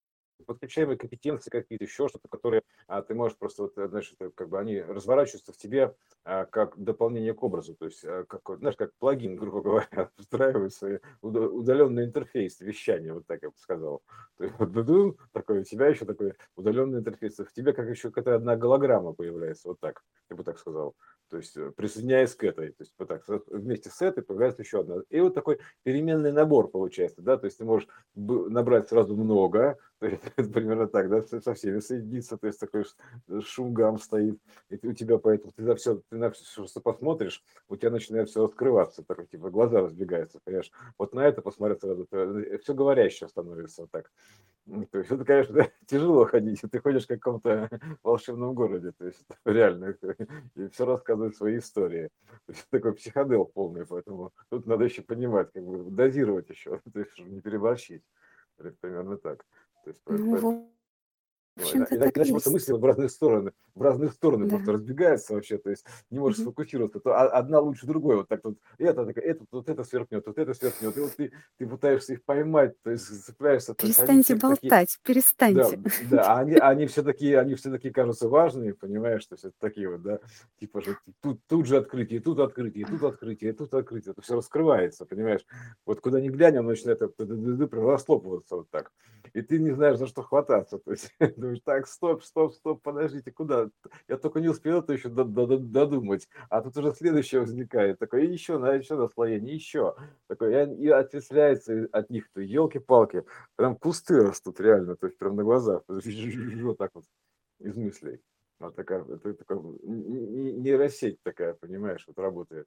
подключаемые компетенции какие-то, еще что-то, которые а, ты можешь просто, вот, э, знаешь, это как бы они разворачиваются в тебе а, как дополнение к образу, то есть, а, как, вот, знаешь, как плагин, грубо говоря, встраивается уда- удаленный интерфейс вещания, вот так я бы сказал. То есть, вот, ду-ду, такой, у тебя еще такой удаленный интерфейс, в тебе как еще какая-то одна голограмма появляется, вот так, я бы так сказал. То есть, э, присоединяясь к этой, то есть, вот так, со- вместе с этой появляется еще одна. И вот такой переменный набор получается, да, то есть ты можешь б- набрать сразу много, то есть, это примерно так, да, со со всеми соединиться, то есть такой ш- шум гам стоит, и ты- у тебя поэтому ты на все, ты на все, что посмотришь, у тебя начинает все открываться, так, типа глаза разбегаются, понимаешь, вот на это посмотреть сразу, все говорящее становится вот так. М, То есть это, конечно, тяжело ходить, ты ходишь в каком-то волшебном городе, то есть реально, и все рассказывает свои истории. То есть такой психодел полный, поэтому тут надо еще понимать, как бы дозировать еще, то есть чтобы не переборщить. Это примерно так. То есть, по- Ну, по- в ну, ина- общем-то, ина- так и иначе просто есть. мысли в разные стороны, в разные стороны Да. просто разбегаются вообще, то есть не можешь Мгм. сфокусироваться, то а- одна лучше другой, вот так вот, это, так- это, вот это сверкнет, вот это сверкнет, и вот ты, ты пытаешься их поймать, то есть цепляешься, то есть они Перестаньте все такие, болтать, да, перестаньте. да, а они, они все такие, они все такие кажутся важные, понимаешь, то есть это такие вот, да, типа же тут, тут же открытие, тут открытие, тут открытие, тут открытие, это все раскрывается, понимаешь, вот куда ни глянь, он начинает это ды- ды- ды- прям раслопываться вот так, и ты не знаешь, за что хвататься, то есть думаешь, так, стоп, стоп, стоп, подождите, куда, я только не успел это еще до- до- до- додумать, а тут уже следующее возникает, такое, и еще, на еще наслоение, еще, такое, и, и отчисляется от них, то елки-палки, прям кусты растут реально, то есть прям на глазах, вот так вот из мыслей. Вот такая, это такая н- н- нейросеть такая, понимаешь, вот работает.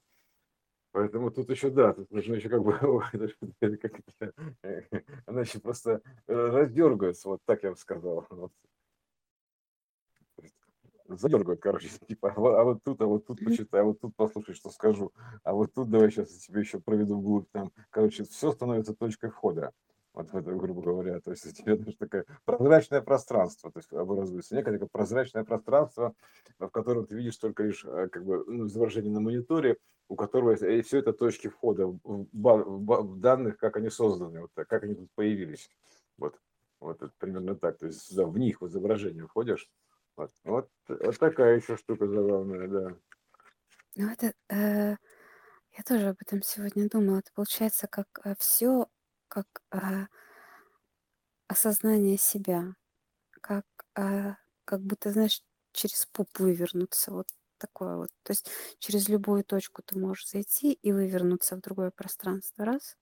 Поэтому тут еще, да, тут нужно еще как бы, это как это, э, она еще просто э, раздергается, вот так я бы сказал. Вот. То есть задергивает, короче, типа, а вот а вот тут, а вот тут Мгм. почитай, а вот тут послушай, что скажу, а вот тут давай сейчас я тебе еще проведу вглубь, там, короче, все становится точкой входа, вот в это, грубо говоря, то есть у тебя даже такое прозрачное пространство, то есть образуется некое такое прозрачное пространство, в котором ты видишь только лишь э, как бы ну, изображение на мониторе, у которого все это точки входа в, ба- в ба- в данных, как они созданы, вот так, как они тут появились, вот, вот это примерно так, то есть сюда в них в изображение входишь, вот, вот, вот такая еще штука забавная, да. Ну, это, э, я тоже об этом сегодня думала. Это получается как все, как а, осознание себя, как, а, как будто, знаешь, через пуп вывернуться. Вот такое вот. То есть через любую точку ты можешь зайти и вывернуться в другое пространство. Раз.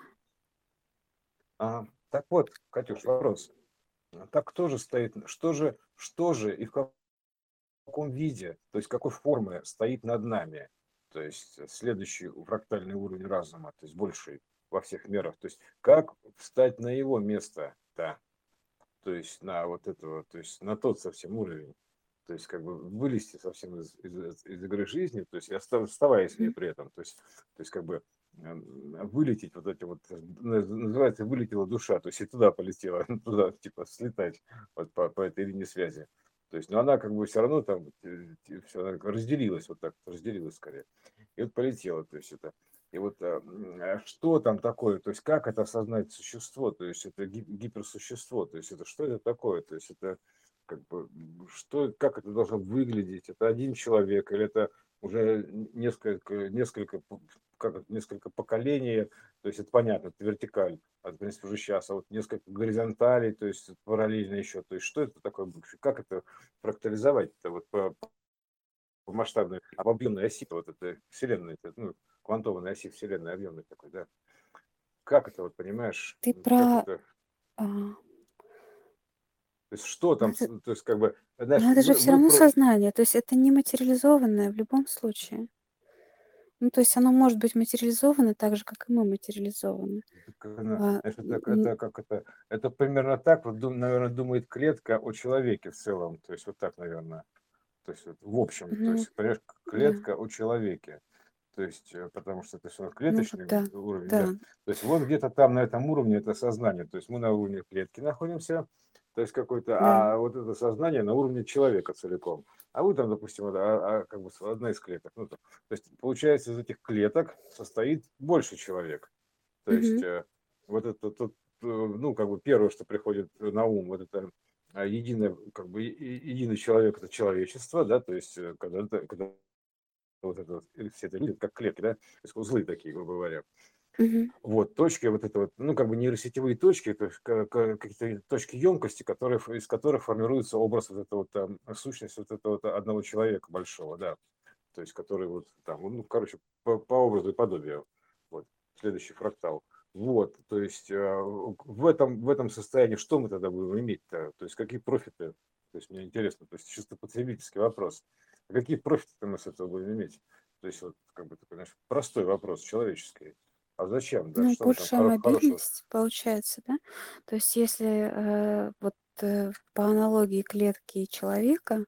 А, так вот, Катюш, вопрос. А так кто же стоит, что же, что же и в каком виде, то есть какой формы стоит над нами? То есть э, следующий фрактальный уровень разума, то есть больший во всех мерах. То есть как встать на его место, да, то есть на вот этого, то есть на тот совсем уровень. То есть как бы вылезти совсем из, из, из игры жизни, то есть и остав- оставаясь в ней Мгм. при этом. То есть, то есть как бы эм, вылететь вот эти вот, э, наз- называется, вылетела душа, то есть и туда полетела, туда типа слетать вот по, по этой линии связи. То есть, но она как бы все равно там все разделилась вот так, разделилась скорее. И вот полетела, то есть это. И вот а, м, а что там такое, то есть как это осознать существо, то есть это ги- гиперсущество, то есть это что это такое, то есть это как бы, что, как это должно выглядеть? Это один человек или это уже несколько, несколько, п- как это, несколько поколений? То есть это понятно, это вертикаль, а, в принципе, уже сейчас, а вот несколько горизонталей, то есть параллельно еще. То есть что это такое? Как это фрактализовать-то вот по, по масштабной, а в объемной оси, вот это вселенной, это, ну, квантованной оси вселенной объемной такой, да? Как это, вот понимаешь, Ты как про... это, а, то есть что ну, там, это, с- то есть как бы, знаешь, ну, это же мы, все мы равно про, сознание. То есть это не материализованное в любом случае. Ну, то есть оно может быть материализовано так же, как и мы материализованы. как она, А, знаешь, это, н- это как это, это примерно так, вот, дум- наверное, думает клетка о человеке в целом, то есть вот так, наверное, то есть вот в общем, то ну, есть, понимаешь, да. клетка о человеке, то есть, э, потому что это все Ну, вот клеточный да, уровень, да, да. то есть вот где-то там на этом уровне это сознание, то есть мы на уровне клетки находимся, то есть какой-то, Да. а вот это сознание на уровне человека целиком, а вы там, допустим, это, а, а, как бы одна из клеток, ну, то, то есть получается из этих клеток состоит больше человек, то есть Мгм. э, вот это тот ну, как бы первое, что приходит на ум, вот это а, единое, как бы е- е- единый человек, это человечество, да, то есть э, когда, это- когда вот это вот, э, все это люди как клетки, да, то есть узлы такие, грубо говоря. Мгм. Вот, точки, вот это вот, ну, как бы нейросетевые точки, то есть ка- ка- какие-то точки емкости, которые, ф- из которых формируется образ вот этого вот там, сущность вот этого вот одного человека большого, да, то есть который вот там, ну, короче, по, по образу и подобию. Вот, следующий фрактал. Вот, то есть э, в этом, в этом состоянии что мы тогда будем иметь-то? То есть какие профиты? То есть мне интересно, то есть чисто потребительский вопрос. А какие профиты мы с этого будем иметь? То есть вот как бы такой, знаешь, простой вопрос, человеческий. А зачем, да? Ну, Что в этом большая хоро- хорошего? мобильность получается, да? То есть если э, вот э, по аналогии клетки и человека,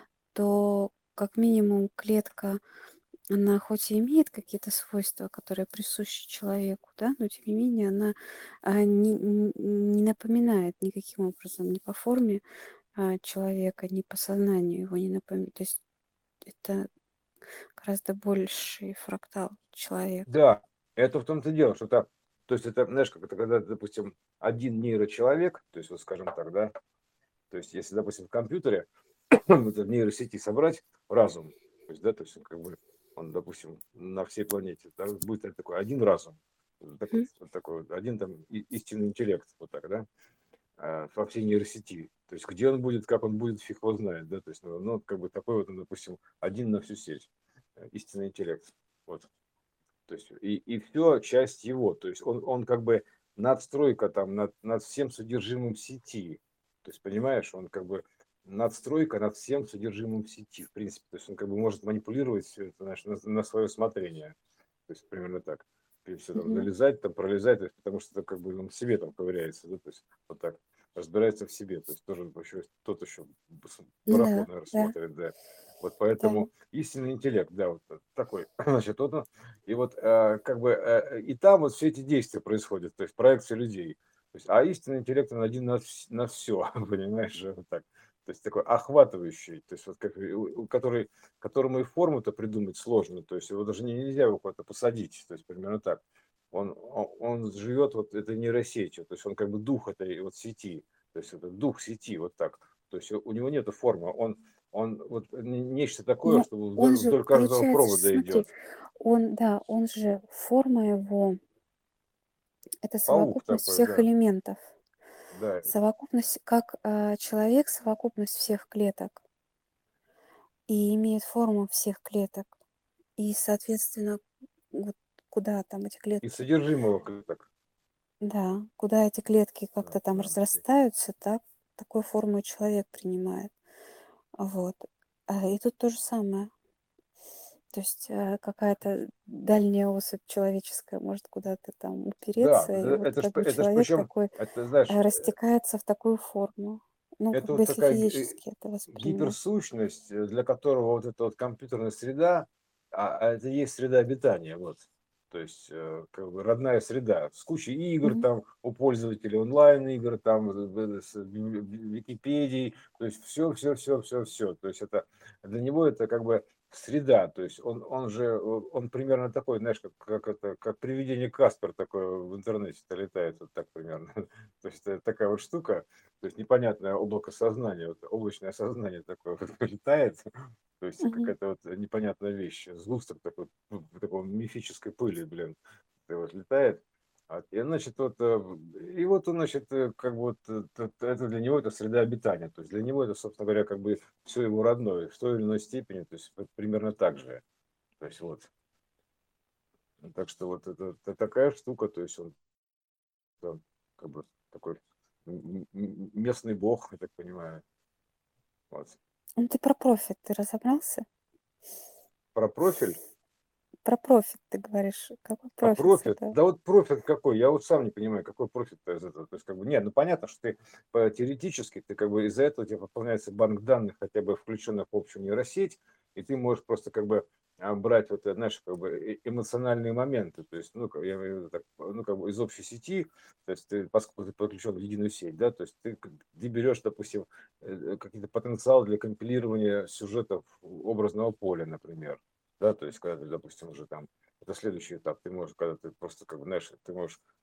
то как минимум клетка, она хоть и имеет какие-то свойства, которые присущи человеку, да, но тем не менее она а, не, не не напоминает никаким образом ни по форме а, человека, ни по сознанию его не напоминает. То есть это гораздо больший фрактал человека. Да, это в том-то и дело, что так, то есть это, знаешь, как это, когда, допустим, один нейрочеловек, то есть вот скажем так, да, то есть если, допустим, в компьютере это в нейросети собрать разум, то есть, да, то есть он как бы, он, допустим, на всей планете, да, будет такой один разум, вот такой, Мгм. вот такой вот, один там и- истинный интеллект, вот так, да, а, во всей нейросети. То есть где он будет, как он будет, фиг его знает, да, то есть, ну, ну, как бы такой вот, он, допустим, один на всю сеть, э, истинный интеллект, вот. То есть и, и все часть его. То есть он, он как бы надстройка там над, над всем содержимым сети. То есть, понимаешь, он как бы надстройка над всем содержимым сети, в принципе. То есть он как бы может манипулировать все это, знаешь, на, на свое усмотрение. То есть примерно так. И все там Мгм. залезать, там пролезать, то есть, потому что это как бы он в себе там ковыряется, да, то есть вот так разбирается в себе, то есть тоже еще тот еще Да, барахло, наверное, да, смотрит, да. Вот да. поэтому истинный интеллект, да, вот такой, значит, вот он, и вот э, как бы э, и там вот все эти действия происходят, то есть проекция людей. То есть, а истинный интеллект, он один на, вс- на все, понимаешь же, вот так. То есть такой охватывающий, то есть вот как, и у- у- который, которому и форму-то придумать сложно, то есть его даже не- нельзя его куда-то посадить, то есть примерно так. Он, он, он живет вот этой нейросетью, то есть он как бы дух этой вот сети, то есть это дух сети, вот так. То есть у него нет формы, он, он вот не- нечто такое, Ну, что он вдоль, же, вдоль каждого получается, же, провода смотри, идет. он, да, он же, форма его, это Паук совокупность такой, всех да, элементов. да. Совокупность, как а, человек, совокупность всех клеток и имеет форму всех клеток. И, соответственно, вот куда там эти И клетки, содержимого клеток. да, куда эти клетки Да, как-то там да. разрастаются, так, такую форму и человек принимает. Вот. А, и тут то же самое. То есть э, какая-то дальняя особь человеческая может куда-то там Да, упереться, и да, вот это ж, как бы это ж человек причем, такой это, знаешь, э, э, растекается в такую форму. Ну, как это бы вот если такая ги- э, физически это воспринимать. гиперсущность, э, для которого вот эта вот компьютерная среда, а, а это и есть среда обитания, вот. То есть, э, как бы родная среда с кучей игр Мгм. там у пользователей, онлайн-игр там, э, с ви- ви- Википедией, то есть все, все, все, все, все. То есть это для него это как бы среда, то есть он, он же, э, он примерно такой, знаешь, как, как это, как привидение Каспер такое в интернете-то летает, вот так примерно. То есть это такая вот штука, то есть непонятное облако сознания, вот облачное сознание такое вот летает, то есть Мгм. какая-то вот непонятная вещь, сгусток такой, ну, такой мифической пыли, блин, это вот летает. А, И, значит, вот, э, и вот он, значит, э, как бы вот, э, т- т- это для него это среда обитания, то есть для него это, собственно говоря, как бы все его родное, в той или иной степени, то есть вот примерно так же. То есть вот, ну, так что вот это, это такая штука, то есть он там, как бы такой м- м- местный бог, я так понимаю. Вот. Ну, ты про профит, ты разобрался? Про профиль. Про профит ты говоришь. Какой А профит с профит? этого? Да вот профит какой? Я вот сам не понимаю, какой профит из этого. То есть, как бы, нет, ну понятно, что ты по- теоретически, ты как бы из-за этого у тебя пополняется банк данных, хотя бы включенных в общую нейросеть, и ты можешь просто как бы а, брать вот, э, знаешь, как бы э- эмоциональные моменты, то есть, ну, как- я имею в виду так, ну, как бы из общей сети, то есть ты, поскольку ты подключен в единую сеть, да, то есть ты, к- ты берешь, допустим, э, какие-то потенциалы для компилирования сюжетов образного поля, например, да, то есть когда ты, допустим, уже там это следующий этап. Ты можешь, когда ты просто, как бы, знаешь, ты можешь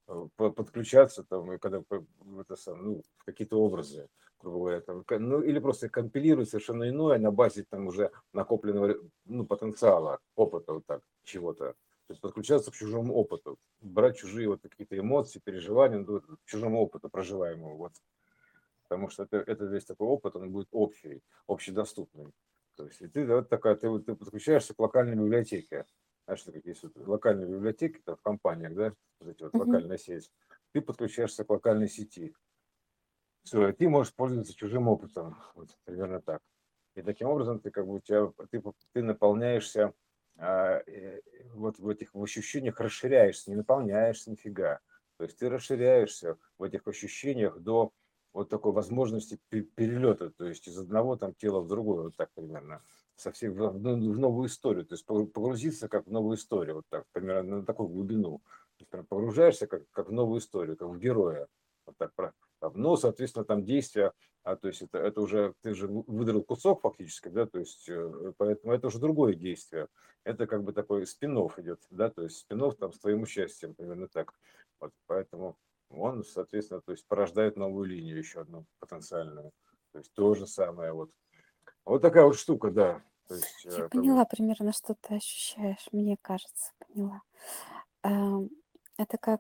э, по- подключаться там, и когда по- в это сам, ну, в какие-то образы, грубо говоря, там, ка- ну, или просто компилировать совершенно иное на базе там уже накопленного, ну, потенциала, опыта вот так, чего-то. То есть подключаться к чужому опыту, брать чужие вот какие-то эмоции, переживания, ну, вот к чужому опыту проживаемому, вот, потому что это, это весь такой опыт, он будет общий, общедоступный. То есть и ты вот такая, ты, вот- ты подключаешься к локальной библиотеке. Знаешь, что такие есть вот локальные библиотеки там, в компаниях, да, вот эти вот Мгм. локальная сеть. Ты подключаешься к локальной сети. Все, и ты можешь пользоваться чужим опытом. Вот примерно так. И таким образом ты как бы у тебя, ты, ты наполняешься а, э, вот в этих в ощущениях расширяешься, не наполняешься нифига. То есть ты расширяешься в этих ощущениях до вот такой возможности пе- перелета, то есть из одного там тела в другое, вот так примерно, совсем в, в ну- в новую историю, то есть погру- погрузиться как в новую историю, вот так, примерно на такую глубину. То есть прям погружаешься как, как в новую историю, как в героя. Вот так, про- там. Но, соответственно, там действия, а, то есть это, это уже, ты же выдрал кусок фактически, да, то есть, э, поэтому это уже другое действие. Это как бы такой спин-офф идет, да, то есть спин-офф там с твоим участием, примерно так. Вот, поэтому он, соответственно, то есть порождает новую линию, еще одну потенциальную. То есть то же самое вот. Вот такая вот штука, да. То есть, Я э, как бы, поняла примерно, что ты ощущаешь, мне кажется, поняла. Ам, Это как,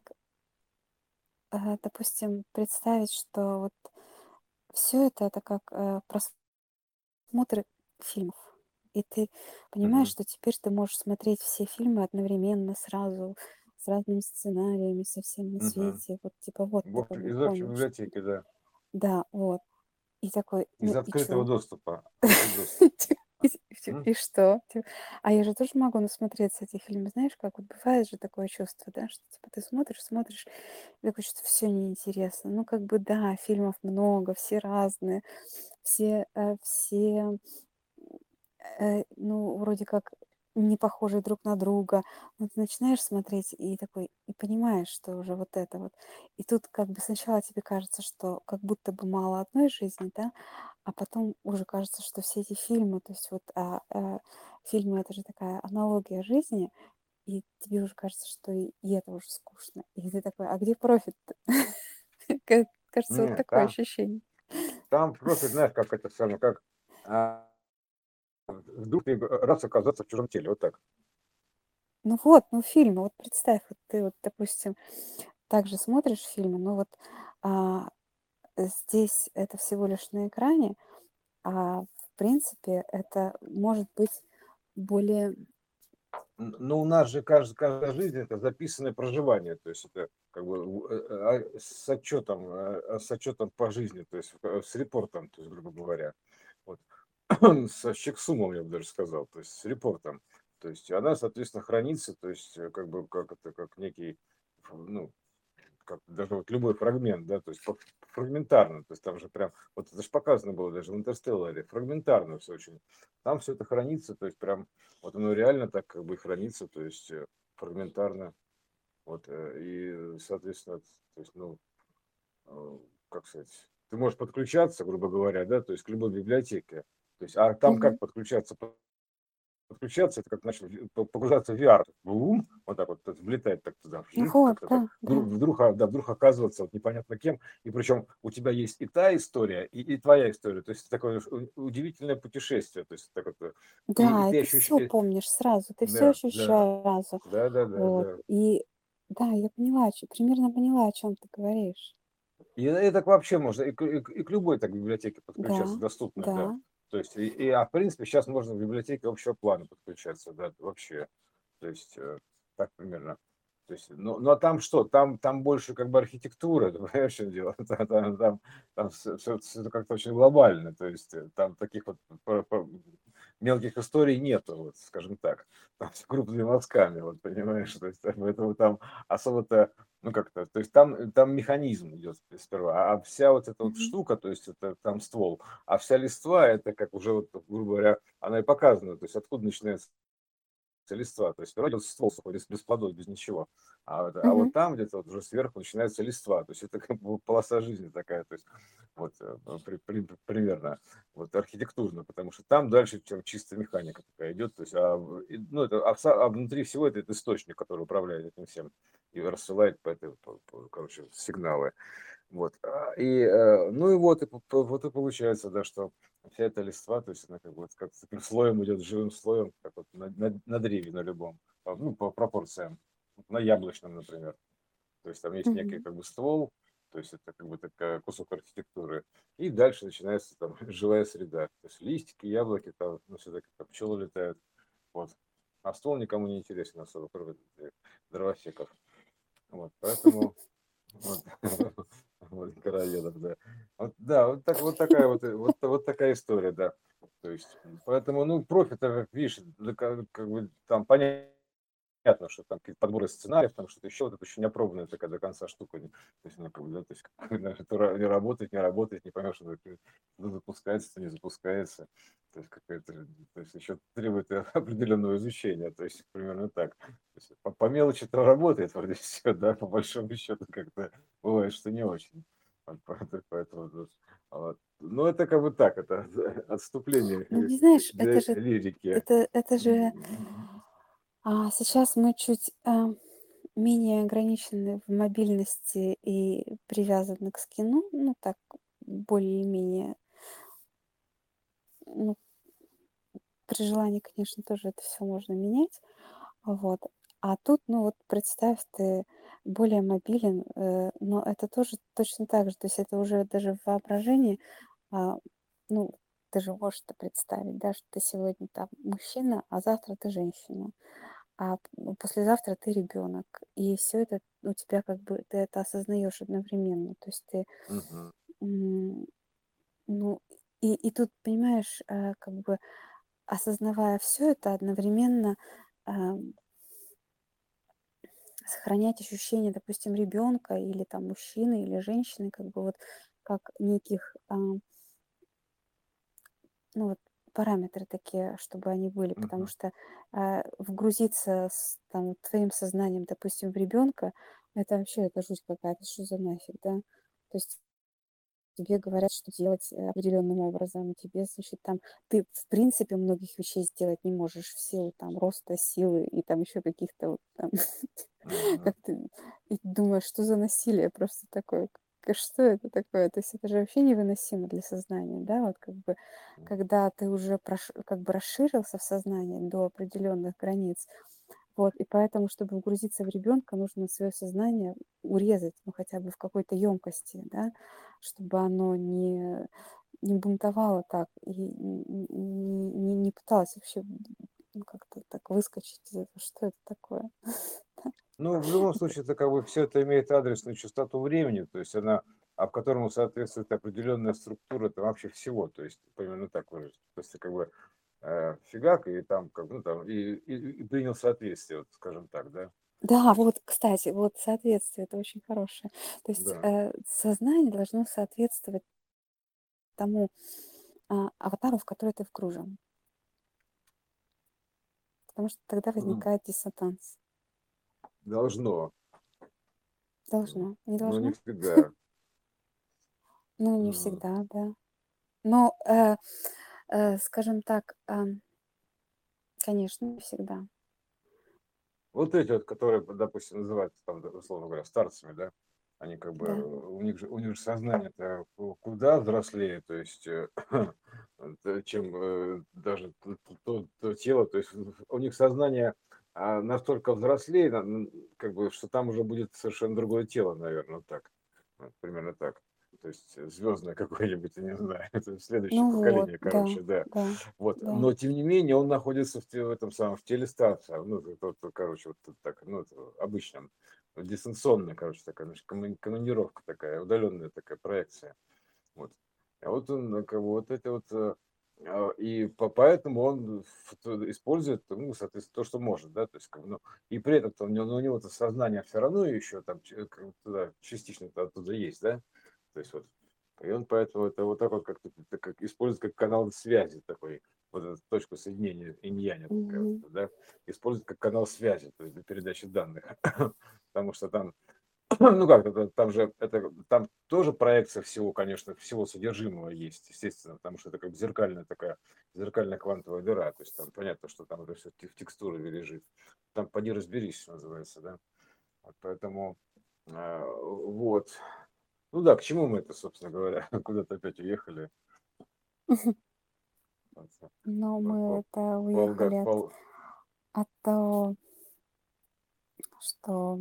э, допустим, представить, что вот все это, это как э, просмотр фильмов. И ты понимаешь, мгм. что теперь ты можешь смотреть все фильмы одновременно, сразу, с разными сценариями, со всем на Мгм. свете. Вот типа вот В общем, такому, из общей помнишь? библиотеки, да. Да, вот. И такой, Из ну и открытого чё? доступа. Открытый доступ. И всё, М? и что? Тю А я же тоже могу насмотреться эти фильмы. Знаешь, как вот бывает же такое чувство, да, что типа ты смотришь, смотришь, и такое чувство: всё неинтересно. Ну, как бы да, фильмов много, все разные, все, э, все, э, ну, вроде как не похожи друг на друга. Но ты начинаешь смотреть и такой, и понимаешь, что уже вот это вот. И тут как бы сначала тебе кажется, что как будто бы мало одной жизни, да, а потом уже кажется, что все эти фильмы, то есть вот, а, э, фильмы — это же такая аналогия жизни, и тебе уже кажется, что и и это уже скучно. И ты такой: "А где профит-то?" Ка Кажется, вот Не, такое там, ощущение. там профит, знаешь, как это самое, как а, вдруг ты раз оказаться в чужом теле, вот так. Ну вот, ну фильмы, вот представь, вот ты вот, допустим, также смотришь фильмы, но вот, а, здесь это всего лишь на экране, а в принципе это может быть более. Н- Но у нас же каждая, каждая жизнь это записанное проживание, то есть это как бы у- э, э, а, с отчетом, э, с отчетом по жизни, то есть э, с репортом, то есть, грубо говоря, вот, с чексумом, я бы даже сказал, то есть с репортом, то есть она, соответственно, хранится, то есть э, как бы как это как некий, ну, как даже вот любой фрагмент, да, то есть по- фрагментарно, то есть там же прям, вот это же показано было даже в Интерстелларе, фрагментарно все очень. Там все это хранится, то есть прям, вот оно реально так как бы хранится, то есть э, фрагментарно, вот, э, и, соответственно, то есть, ну, э, как сказать, ты можешь подключаться, грубо говоря, да, то есть к любой библиотеке, то есть, а там Мгм. как подключаться? Подключаться, это как начал погружаться в ви ар, бум, вот так вот, то есть влетает так туда, Ну вжик, вот, как-то так, да, вдруг, да. вдруг, а, да, вдруг оказываться вот непонятно кем, и причем у тебя есть и та история, и, и твоя история, то есть такое у- удивительное путешествие, то есть так вот, э, и, и Да, и ты ты все ощущаешь, помнишь сразу, ты все да, да, ощущаешь сразу. да, да, да, Вот. да. И да, я поняла, чё примерно поняла, о чем ты говоришь. И это вообще можно и к, и к- и к любой так библиотеке Да, подключаться, доступной, да. да. То есть, и, и, а в принципе сейчас можно в библиотеке общего плана подключаться, да, вообще. То есть, э, так примерно. То есть, ну, ну а там что? Там, там больше как бы архитектура, ты понимаешь, в чём дело? Там, там, там, там все, как-то очень глобально. То есть, э, там таких вот по- по- мелких историй нету, вот, скажем так. Там всё крупными мазками, вот, понимаешь? То есть, там, поэтому там особо-то, ну как-то, то есть там, там механизм идет сперва, а вся вот эта вот Мгм. штука, то есть это там ствол, а вся листва, это как уже, вот, грубо говоря, она и показана, то есть откуда начинается листва. То есть вроде вот ствол сухой, без, без плодов, без ничего. А, вот- а Мгм. вот там где-то вот уже сверху начинается листва. То есть это как бы полоса жизни такая. То есть вот э, при- при- примерно вот архитектурно, потому что там дальше чем чисто механика такая идет. То есть, а, в- и, ну, это, а, в са- а внутри всего это, это источник, который управляет этим всем и рассылает по этой, по- по- короче, сигналы. Вот. а, И, э, ну и вот, и, п- п- вот и получается, да, что вся эта листва, то есть она как бы вот как таким слоем идет, живым слоем, как вот на, на, на древе на любом, по- ну, по пропорциям, Вот на яблочном, например. То есть там есть некий Мгм. как бы ствол, то есть это как бы такая кусок архитектуры, и дальше начинается там живая среда. То есть листики, яблоки, там, ну, все-таки там пчелы летают. Вот. А ствол никому не интересен особо, кроме э, дровосеков. Вот, поэтому вот. Вот, короедов, да. Вот, да, вот так, вот такая вот, э, вот, вот такая история, да. То есть, м, поэтому, ну, профит, как видишь, да, как, как бы там понятно, что там какие-то подборы сценариев, там что-то еще, вот это еще не опробованная такая до конца штука. не- То есть, ну, как бы, да, то есть, как бы, знаешь, это ра- не работает, не работает, не поймешь, что это что запускается, что не запускается. То есть, какая-то, то есть, еще требует э, определенного изучения, то есть, примерно так. То есть, по, по мелочи это работает, вроде все, да, по большому счету как-то бывает, что не очень. Вот, поэтому, поэтому, вот, вот. Ну, это как бы так, это отступление Ну, э, не знаешь, это для же, лирики. это, это же, М, а, сейчас мы чуть а, менее ограничены в мобильности и привязаны к скину, ну так, более-менее, ну, при желании, конечно, тоже это все можно менять, вот. А тут, ну вот представь, ты более мобилен, э, но это тоже точно так же, то есть это уже даже в воображении, а, ну, ты же можешь это представить, да, что ты сегодня там мужчина, а завтра ты женщина, а п- ну, послезавтра ты ребенок, и все это у тебя как бы ты это осознаешь одновременно, то есть ты, мгм. м, ну, и, и тут понимаешь, э, как бы осознавая все это одновременно, а, сохранять ощущение, допустим, ребенка или там мужчины или женщины, как бы вот как неких, а, ну вот параметры такие, чтобы они были, потому Мгм. что а, вгрузиться с там твоим сознанием, допустим, в ребенка, это вообще это жуть какая-то, что за нафиг, да? То есть тебе говорят, что делать э, определенным образом, тебе, значит, там, ты в принципе многих вещей сделать не можешь в силу там роста, силы и там еще каких-то вот там, Мгм. как ты и думаешь, что за насилие просто такое, к- что это такое? То есть это же вообще невыносимо для сознания, да, вот как бы, когда ты уже прош- как бы расширился в сознании до определенных границ, вот, и поэтому, чтобы угрузиться в ребенка, нужно свое сознание урезать, ну, хотя бы в какой-то емкости, да, чтобы оно не, не бунтовало так и не, не, не- не пыталось вообще ну, как-то так выскочить из этого. Что это такое? Ну, в любом Это- случае, это как бы все это имеет адресную частоту времени, то есть она, а в которому соответствует определенная структура там вообще всего, то есть примерно так выразить. То есть как бы э, фигак и там как бы, ну, там и, и, и принял соответствие, вот, скажем так, да. Да, То есть, вот, кстати, вот соответствие, это очень хорошее. То есть да. э, сознание должно соответствовать тому а, аватару, в который ты вгружен, потому что тогда М, возникает диссонанс. Должно, Должно, не но не должно? всегда. Ну, не М. всегда, да. Но, э, э, скажем так, ам, конечно, не всегда. Вот эти вот, которые, допустим, называются там, да, условно говоря, старцами, да, они как бы, Да. у них же, у них же сознание-то куда взрослее, то есть, э, т- чем э, даже то, то- то тело, то есть у них сознание а, настолько взрослее, на- н- как бы, что там уже будет совершенно другое тело, наверное, вот так, Вот примерно так. То есть звездное какое-нибудь, я не знаю, это следующее Ну вот, поколение, да, короче, да. да, Вот, да. но тем не менее он находится в, те- в этом самом в теле старца, ну, это, это, короче, вот тут так, ну, это обычном, дистанционная, короче, такая, значит, комму- командировка такая, удаленная такая проекция, вот. А вот он, э, как бы, вот это вот, э, а, и по, поэтому он в- т- использует, ну, соответственно, то, что может, да, то есть, как бы, ну, и при этом у него, у него-то сознание все равно еще там ч- как бы туда, частично оттуда есть, да, то есть вот, и он поэтому это вот так вот как-то как использует как канал связи такой, вот эту точку соединения инь-яня, такая Мгм. вот, да, используют как канал связи, то есть для передачи данных. Потому что там, ну как, это, там же это, там тоже проекция всего, конечно, всего содержимого есть, естественно, потому что это как бы зеркальная такая, зеркальная квантовая дыра. То есть там понятно, что там это все в текстуре лежит. Там поди разберись, что называется, да. Вот поэтому а, вот. Ну да, к чему мы это, собственно говоря, куда-то опять уехали. Вот, Но по- мы по- это Полга- уехали от, пол- от того, что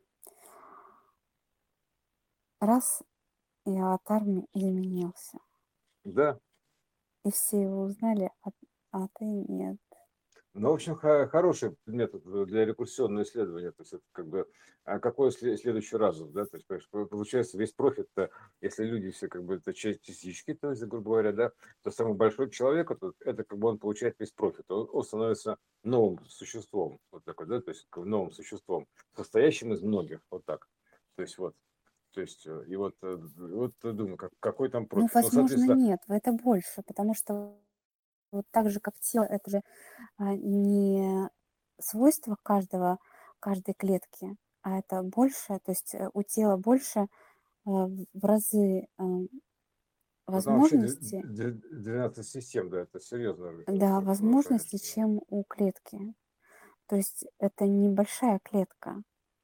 раз и аватар м- изменился, Да, и все его узнали, а, а ты нет. ну, в общем, хо- хороший метод для рекурсионного исследования. То есть это как бы, а какой сле- следующий разум, да? То есть, понимаешь, по- получается, весь профит, если люди все как бы это часть частички, то есть, грубо говоря, да, то самый большой человек, вот, это как бы он получает весь профит. Он, он становится новым существом, вот такой, да, то есть как бы новым существом, состоящим из многих, вот так. То есть вот, то есть, э, и вот, э, вот э, думаю, как, какой там Ну, профит. Ну, возможно, соответственно, нет, это больше, потому что вот так же, как тело, это же а, не свойство каждого, каждой клетки, а это больше, то есть э, у тела больше а, в в разы а, ну, там вообще возможностей, двенадцать систем, да, это серьезно да, возможностей, конечно, да. чем у клетки. То есть это небольшая клетка,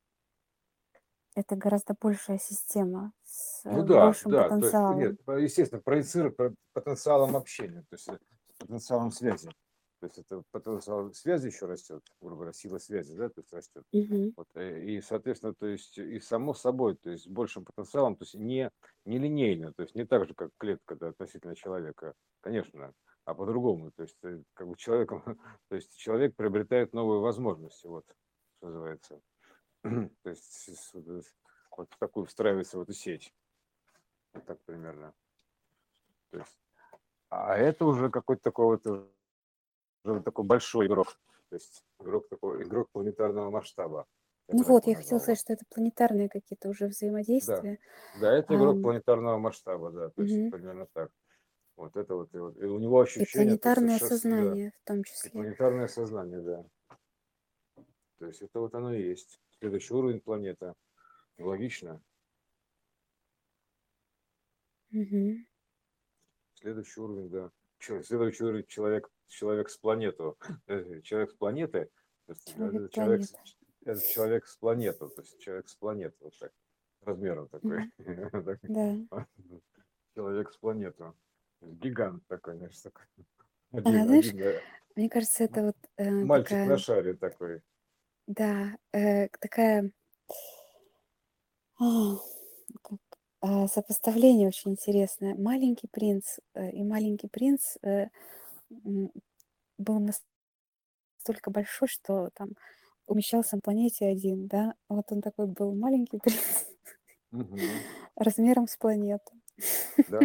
это гораздо большая система с Ну э, да, большим да, то есть, нет, потенциалом. по- естественно, проецировать по- потенциалом общения, то есть э, потенциалом связи. То есть это потенциал связи еще растет, грубо говоря, сила связи, да, то есть растет. Мгм. Вот, э, и, соответственно, то есть и само собой, то есть с большим потенциалом, то есть не, не линейно, то есть не так же, как клетка, да, относительно человека, конечно, а по-другому. То есть э, как бы человеком, то есть человек приобретает новые возможности, вот, что называется. То есть с- с- вот в такую встраивается в эту сеть. Вот так примерно. То есть, а это уже какой-то такой вот уже вот такой большой игрок. То есть игрок такой, игрок планетарного масштаба. Я Ну бы так вот, его я хотела назвал бы. сказать, что это планетарные какие-то уже Да. взаимодействия. Да, это игрок Ам, планетарного масштаба, да. То есть мгм. примерно так. Вот это вот. И, вот, и у него И ощущение, то есть планетарное совершенно, да. сознание в том И числе. планетарное сознание, да. То есть это вот оно и есть. Следующий уровень планета. Логично. Мгм. Следующий уровень, да. Чё, следующий уровень человек, человек с планету. Э, Человек с планеты. То есть это человек, с- Человек-планета. это человек с планеты. То есть человек с планеты. Вот так. Размером такой. Мгм. Так. Да. Человек с планеты. Гигант такой, знаешь, такой. А Один, знаешь, один, да. мне кажется, это вот э, Мальчик на такая, шаре такой. да, э, такая а, как, а, сопоставление очень интересное. Маленький принц э, и маленький принц э, м, был настолько большой, что там умещался на планете один, да. Вот он такой был маленький принц Мгм. размером с планету. Да.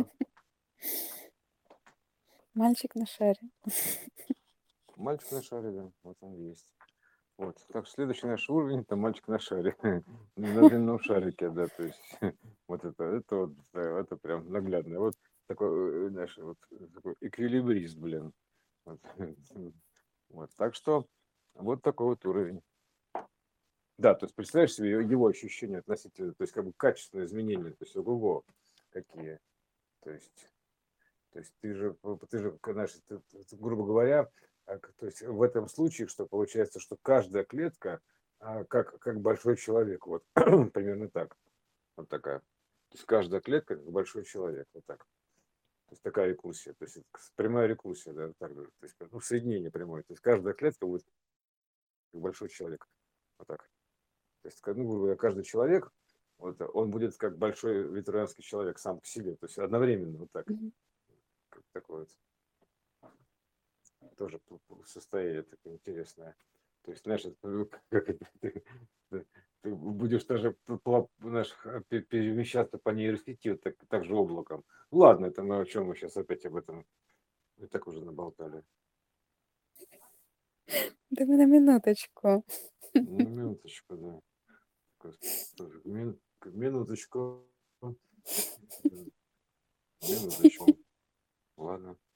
Мальчик на шаре. Мальчик на шаре, да. Вот он есть. Вот. Так что следующий наш уровень это мальчик на шаре. На длинном шарике, да. То есть вот это, это вот, да, это прям наглядно. Вот такой, э, знаешь, вот такой эквилибрист, блин. Вот. Вот. Так что вот такой вот уровень. Да, то есть представляешь себе его ощущения относительно, то есть как бы качественные изменения, то есть ого, какие. То есть То есть ты же, п- ты же, к- знаешь, ты- ты- грубо говоря, а, к- то есть в этом случае, что получается, что каждая клетка а, как, как большой человек, вот примерно так, вот такая. То есть каждая клетка как большой человек, вот так. То есть такая рекурсия, то есть это к- прямая рекурсия, да, так говорю, то есть как, ну, соединение прямое. То есть каждая клетка будет как большой человек, вот так. То есть, как, ну, грубо говоря, каждый человек, вот, он будет как большой ветеранский человек сам по себе, то есть одновременно, вот так, Мгм. как такое вот. Тоже п- п- состояние такое интересное. То есть, знаешь, это, ну, как это, ты, ты- ты будешь даже п- пла- знаешь, х- пе- перемещаться по нейросети вот так, так же облаком. Ладно, это мы о чем мы сейчас опять об этом и так уже наболтали. Да мы на минуточку. Ну, минуточку, да. Такой, тоже мин- Минуточку. Минуточку. Ладно.